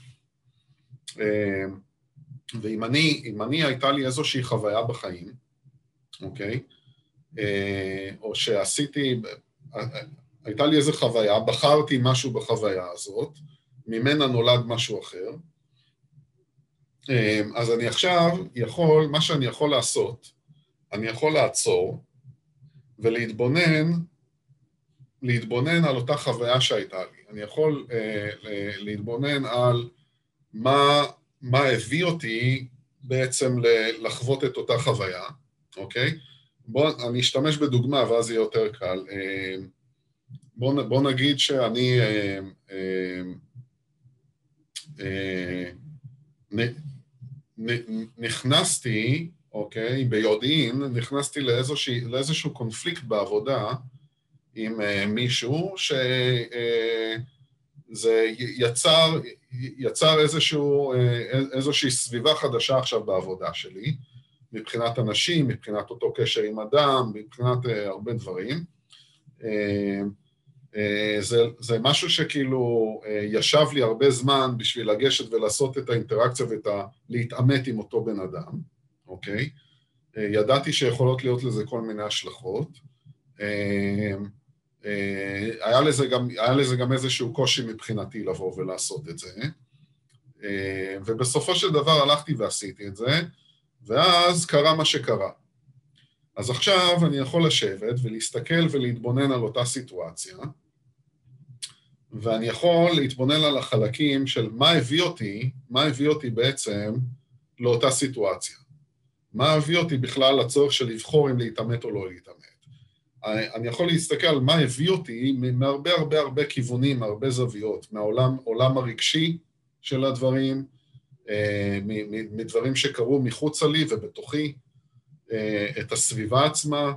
ואם אני, אם אני הייתה לי איזושהי חוויה בחיים, אוקיי? או שעשיתי, הייתה לי איזו חוויה, בחרתי משהו בחוויה הזאת, ממנה נולד משהו אחר, אז אני עכשיו יכול, מה שאני יכול לעשות, אני יכול לעצור ולהתבונן, להתבונן על אותה חוויה שהייתה לי. אני יכול אה, להתבונן על מה, מה הביא אותי בעצם לחוות את אותה חוויה, אוקיי? בוא, אני אשתמש בדוגמה ואז יהיה יותר קל. אה, בוא, בוא נגיד שאני אה, אה, אה, נכנסתי, אוקיי, ביודעין, נכנסתי לאיזושהי, לאיזשהו קונפליקט בעבודה עם מישהו שזה יצר, יצר איזשהו, איזושהי סביבה חדשה עכשיו בעבודה שלי, מבחינת אנשים, מבחינת אותו קשר עם אדם, מבחינת הרבה דברים. זה, זה משהו שכאילו ישב לי הרבה זמן בשביל לגשת ולעשות את האינטראקציה ואת ה... להתאמת עם אותו בן אדם, אוקיי? ידעתי שיכולות להיות לזה כל מיני השלכות. היה לזה גם, היה לזה גם איזשהו קושי מבחינתי לבוא ולעשות את זה. ובסופו של דבר הלכתי ועשיתי את זה, ואז קרה מה שקרה. אז עכשיו אני יכול לשבת ולהסתכל ולהתבונן על אותה סיטואציה, ואני יכול להתבונן על החלקים של מה הביא אותי, מה הביא אותי בעצם לאותה סיטואציה. מה הביא אותי בכלל לצורך של לבחור אם להתאמת או לא להתאמת. אני יכול להסתכל על מה הביא אותי מהרבה הרבה הרבה כיוונים, מהרבה זוויות, מהעולם עולם הרגשי של הדברים, מדברים שקרו מחוצה לי ובתוכי, את הסביבה עצמה,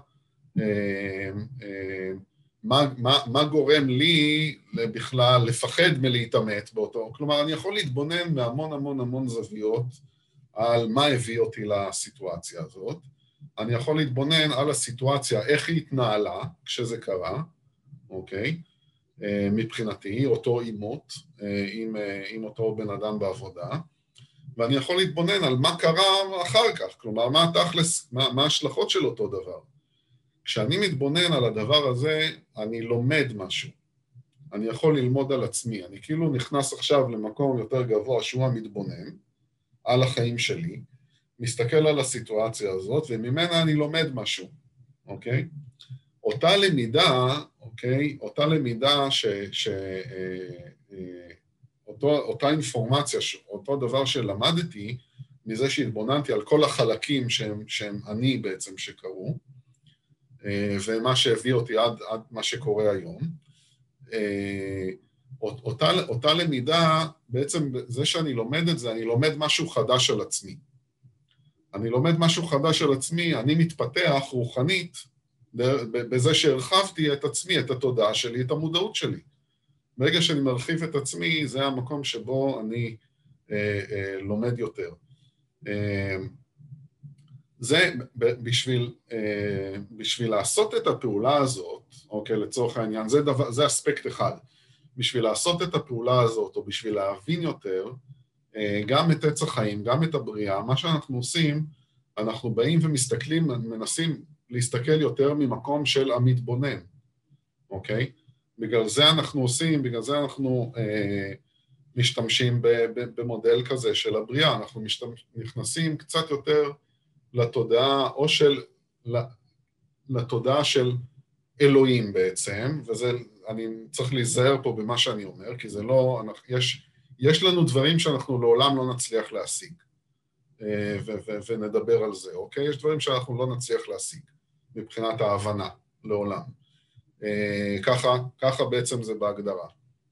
מה, מה, מה גורם לי בכלל לפחד מלהתאמת באותו, כלומר אני יכול להתבונן מהמון המון המון זוויות על מה הביא אותי לסיטואציה הזאת, אני יכול להתבונן על הסיטואציה, איך היא התנהלה כשזה קרה, אוקיי, מבחינתי, אותו אימות עם, עם אותו בן אדם בעבודה, ואני יכול להתבונן על מה קרה אחר כך, כלומר, מה התכלס, מה, מה ההשלכות של אותו דבר. כשאני מתבונן על הדבר הזה, אני לומד משהו. אני יכול ללמוד על עצמי. אני כאילו נכנס עכשיו למקום יותר גבוה שהוא המתבונן, על החיים שלי, מסתכל על הסיטואציה הזאת, וממנה אני לומד משהו, אוקיי? אותה למידה, אוקיי? אותה למידה ש... ש אותו, אותה אינפורמציה, אותו דבר שלמדתי, מזה שהתבוננתי על כל החלקים שהם, שהם אני בעצם שקרו, ומה שהביא אותי עד, עד מה שקורה היום. אותה, אותה למידה, בעצם זה שאני לומד את זה, אני לומד משהו חדש על עצמי. אני לומד משהו חדש על עצמי, אני מתפתח רוחנית, בזה שהרחבתי את עצמי, את התודעה שלי, את המודעות שלי. ברגע שאני מרחיב את עצמי, זה המקום שבו אני אה, אה, לומד יותר. אה, זה בשביל, אה, בשביל לעשות את הפעולה הזאת, אוקיי, לצורך העניין, זה, דבר, זה אספקט אחד. בשביל לעשות את הפעולה הזאת, או בשביל להבין יותר, אה, גם את עץ החיים, גם את הבריאה, מה שאנחנו עושים, אנחנו באים ומסתכלים, מנסים להסתכל יותר ממקום של המתבונן, אוקיי? בגלל זה אנחנו עושים, בגלל זה אנחנו אה, משתמשים ב, ב, במודל כזה של הבריאה, אנחנו משתמש, נכנסים קצת יותר לתודעה, או של, לתודעה של אלוהים בעצם, וזה, אני צריך להיזהר פה במה שאני אומר, כי זה לא, אנחנו, יש, יש לנו דברים שאנחנו לעולם לא נצליח להשיג, אה, ו, ו, ונדבר על זה, אוקיי? יש דברים שאנחנו לא נצליח להשיג, מבחינת ההבנה, לעולם. ככה, ככה בעצם זה בהגדרה.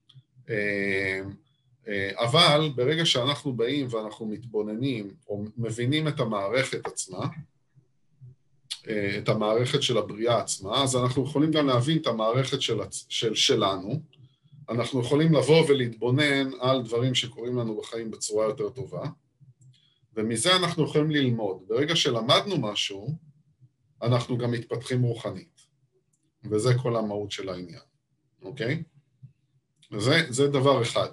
אבל ברגע שאנחנו באים ואנחנו מתבוננים או מבינים את המערכת עצמה, את המערכת של הבריאה עצמה, אז אנחנו יכולים גם להבין את המערכת של, של, שלנו, אנחנו יכולים לבוא ולהתבונן על דברים שקורים לנו בחיים בצורה יותר טובה, ומזה אנחנו יכולים ללמוד. ברגע שלמדנו משהו, אנחנו גם מתפתחים רוחנית, וזה כל המהות של העניין, אוקיי? זה, זה דבר אחד.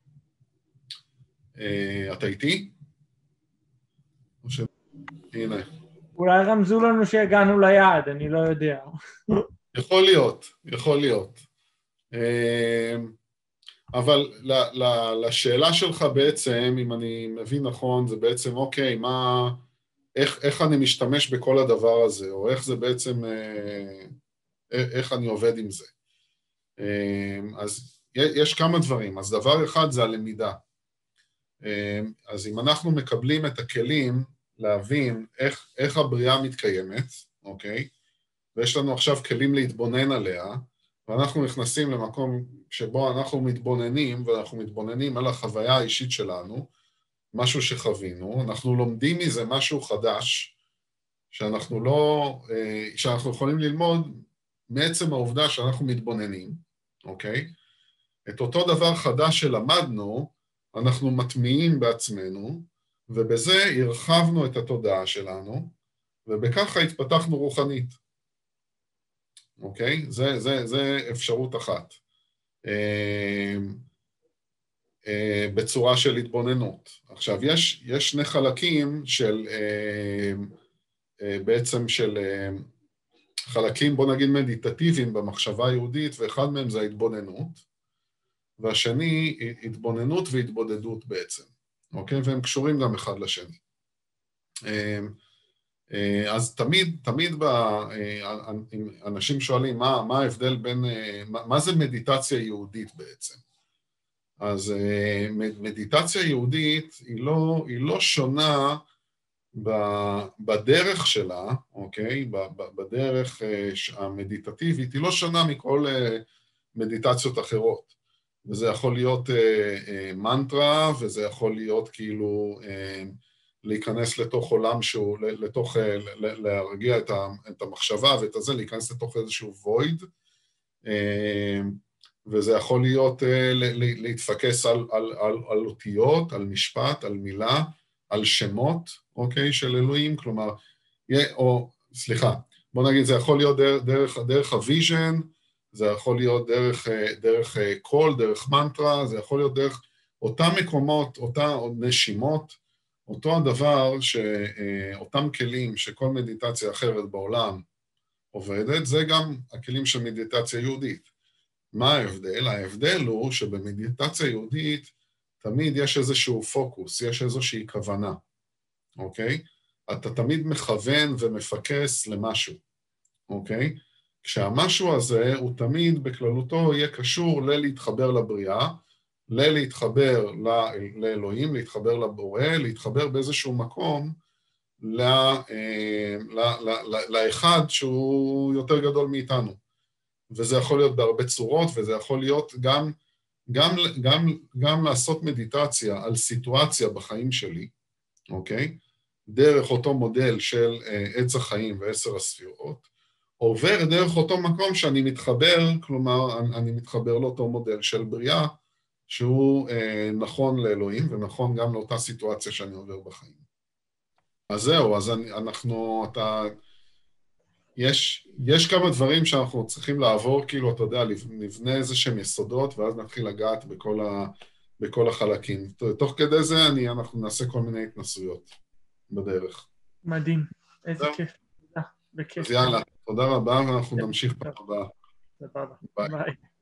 אתה איתי? ש... הנה.
אולי רמזו לנו שהגענו ליעד, אני לא יודע.
יכול להיות, יכול להיות. אבל לשאלה שלך בעצם, אם אני מבין נכון, זה בעצם, אוקיי, מה, איך, איך אני משתמש בכל הדבר הזה, או איך זה בעצם, איך אני עובד עם זה. אז יש כמה דברים. אז דבר אחד זה הלמידה. אז אם אנחנו מקבלים את הכלים להבין איך, איך הבריאה מתקיימת, אוקיי? ויש לנו עכשיו כלים להתבונן עליה, ואנחנו נכנסים למקום שבו אנחנו מתבוננים, ואנחנו מתבוננים על החוויה האישית שלנו, משהו שחווינו, אנחנו לומדים מזה משהו חדש, שאנחנו לא, שאנחנו יכולים ללמוד מעצם העובדה שאנחנו מתבוננים, אוקיי? את אותו דבר חדש שלמדנו, אנחנו מטמיעים בעצמנו, ובזה הרחבנו את התודעה שלנו, ובככה התפתחנו רוחנית. אוקיי? זה, זה, זה אפשרות אחת. בצורה של התבוננות. עכשיו, יש, יש שני חלקים של, בעצם של חלקים, בוא נגיד מדיטטיביים במחשבה היהודית, ואחד מהם זה ההתבוננות, והשני, התבוננות והתבודדות בעצם. אוקיי? והם קשורים גם אחד לשני. אז תמיד, תמיד אנשים שואלים מה, מה ההבדל בין, מה, מה זה מדיטציה יהודית בעצם? אז מדיטציה יהודית היא לא, היא לא שונה בדרך שלה, אוקיי? בדרך המדיטטיבית, היא לא שונה מכל מדיטציות אחרות. וזה יכול להיות מנטרה, וזה יכול להיות כאילו להיכנס לתוך עולם שהוא, לתוך, להרגיע את המחשבה ואת הזה, להיכנס לתוך איזשהו וויד, וזה יכול להיות להתפקס על, על, על, על אותיות, על משפט, על מילה, על שמות, אוקיי, של אלוהים, כלומר, או, סליחה, בוא נגיד, זה יכול להיות דרך, דרך, דרך הוויז'ן, זה יכול להיות דרך, דרך קול, דרך מנטרה, זה יכול להיות דרך אותם מקומות, אותה נשימות, אותו הדבר שאותם כלים שכל מדיטציה אחרת בעולם עובדת, זה גם הכלים של מדיטציה יהודית. מה ההבדל? ההבדל הוא שבמדיטציה יהודית תמיד יש איזשהו פוקוס, יש איזושהי כוונה, אוקיי? אתה תמיד מכוון ומפקס למשהו, אוקיי? כשהמשהו הזה הוא תמיד בכללותו יהיה קשור ללהתחבר לבריאה, ללהתחבר לאלוהים, להתחבר לבורא, להתחבר באיזשהו מקום לאחד שהוא יותר גדול מאיתנו. וזה יכול להיות בהרבה צורות, וזה יכול להיות גם, גם, גם, גם לעשות מדיטציה על סיטואציה בחיים שלי, אוקיי? דרך אותו מודל של עץ החיים ועשר הספירות, עובר דרך אותו מקום שאני מתחבר, כלומר, אני מתחבר לאותו מודל של בריאה, שהוא אה, נכון לאלוהים, ונכון גם לאותה סיטואציה שאני עובר בחיים. אז זהו, אז אני, אנחנו, אתה, יש, יש כמה דברים שאנחנו צריכים לעבור, כאילו, אתה יודע, נבנה איזה שהם יסודות, ואז נתחיל לגעת בכל, ה, בכל החלקים. תוך כדי זה, אני, אנחנו נעשה כל מיני התנסויות בדרך.
מדהים, איזה כיף. בכיף.
אז יאללה, תודה רבה, ואנחנו נמשיך פעם הבאה.
תודה רבה. ביי.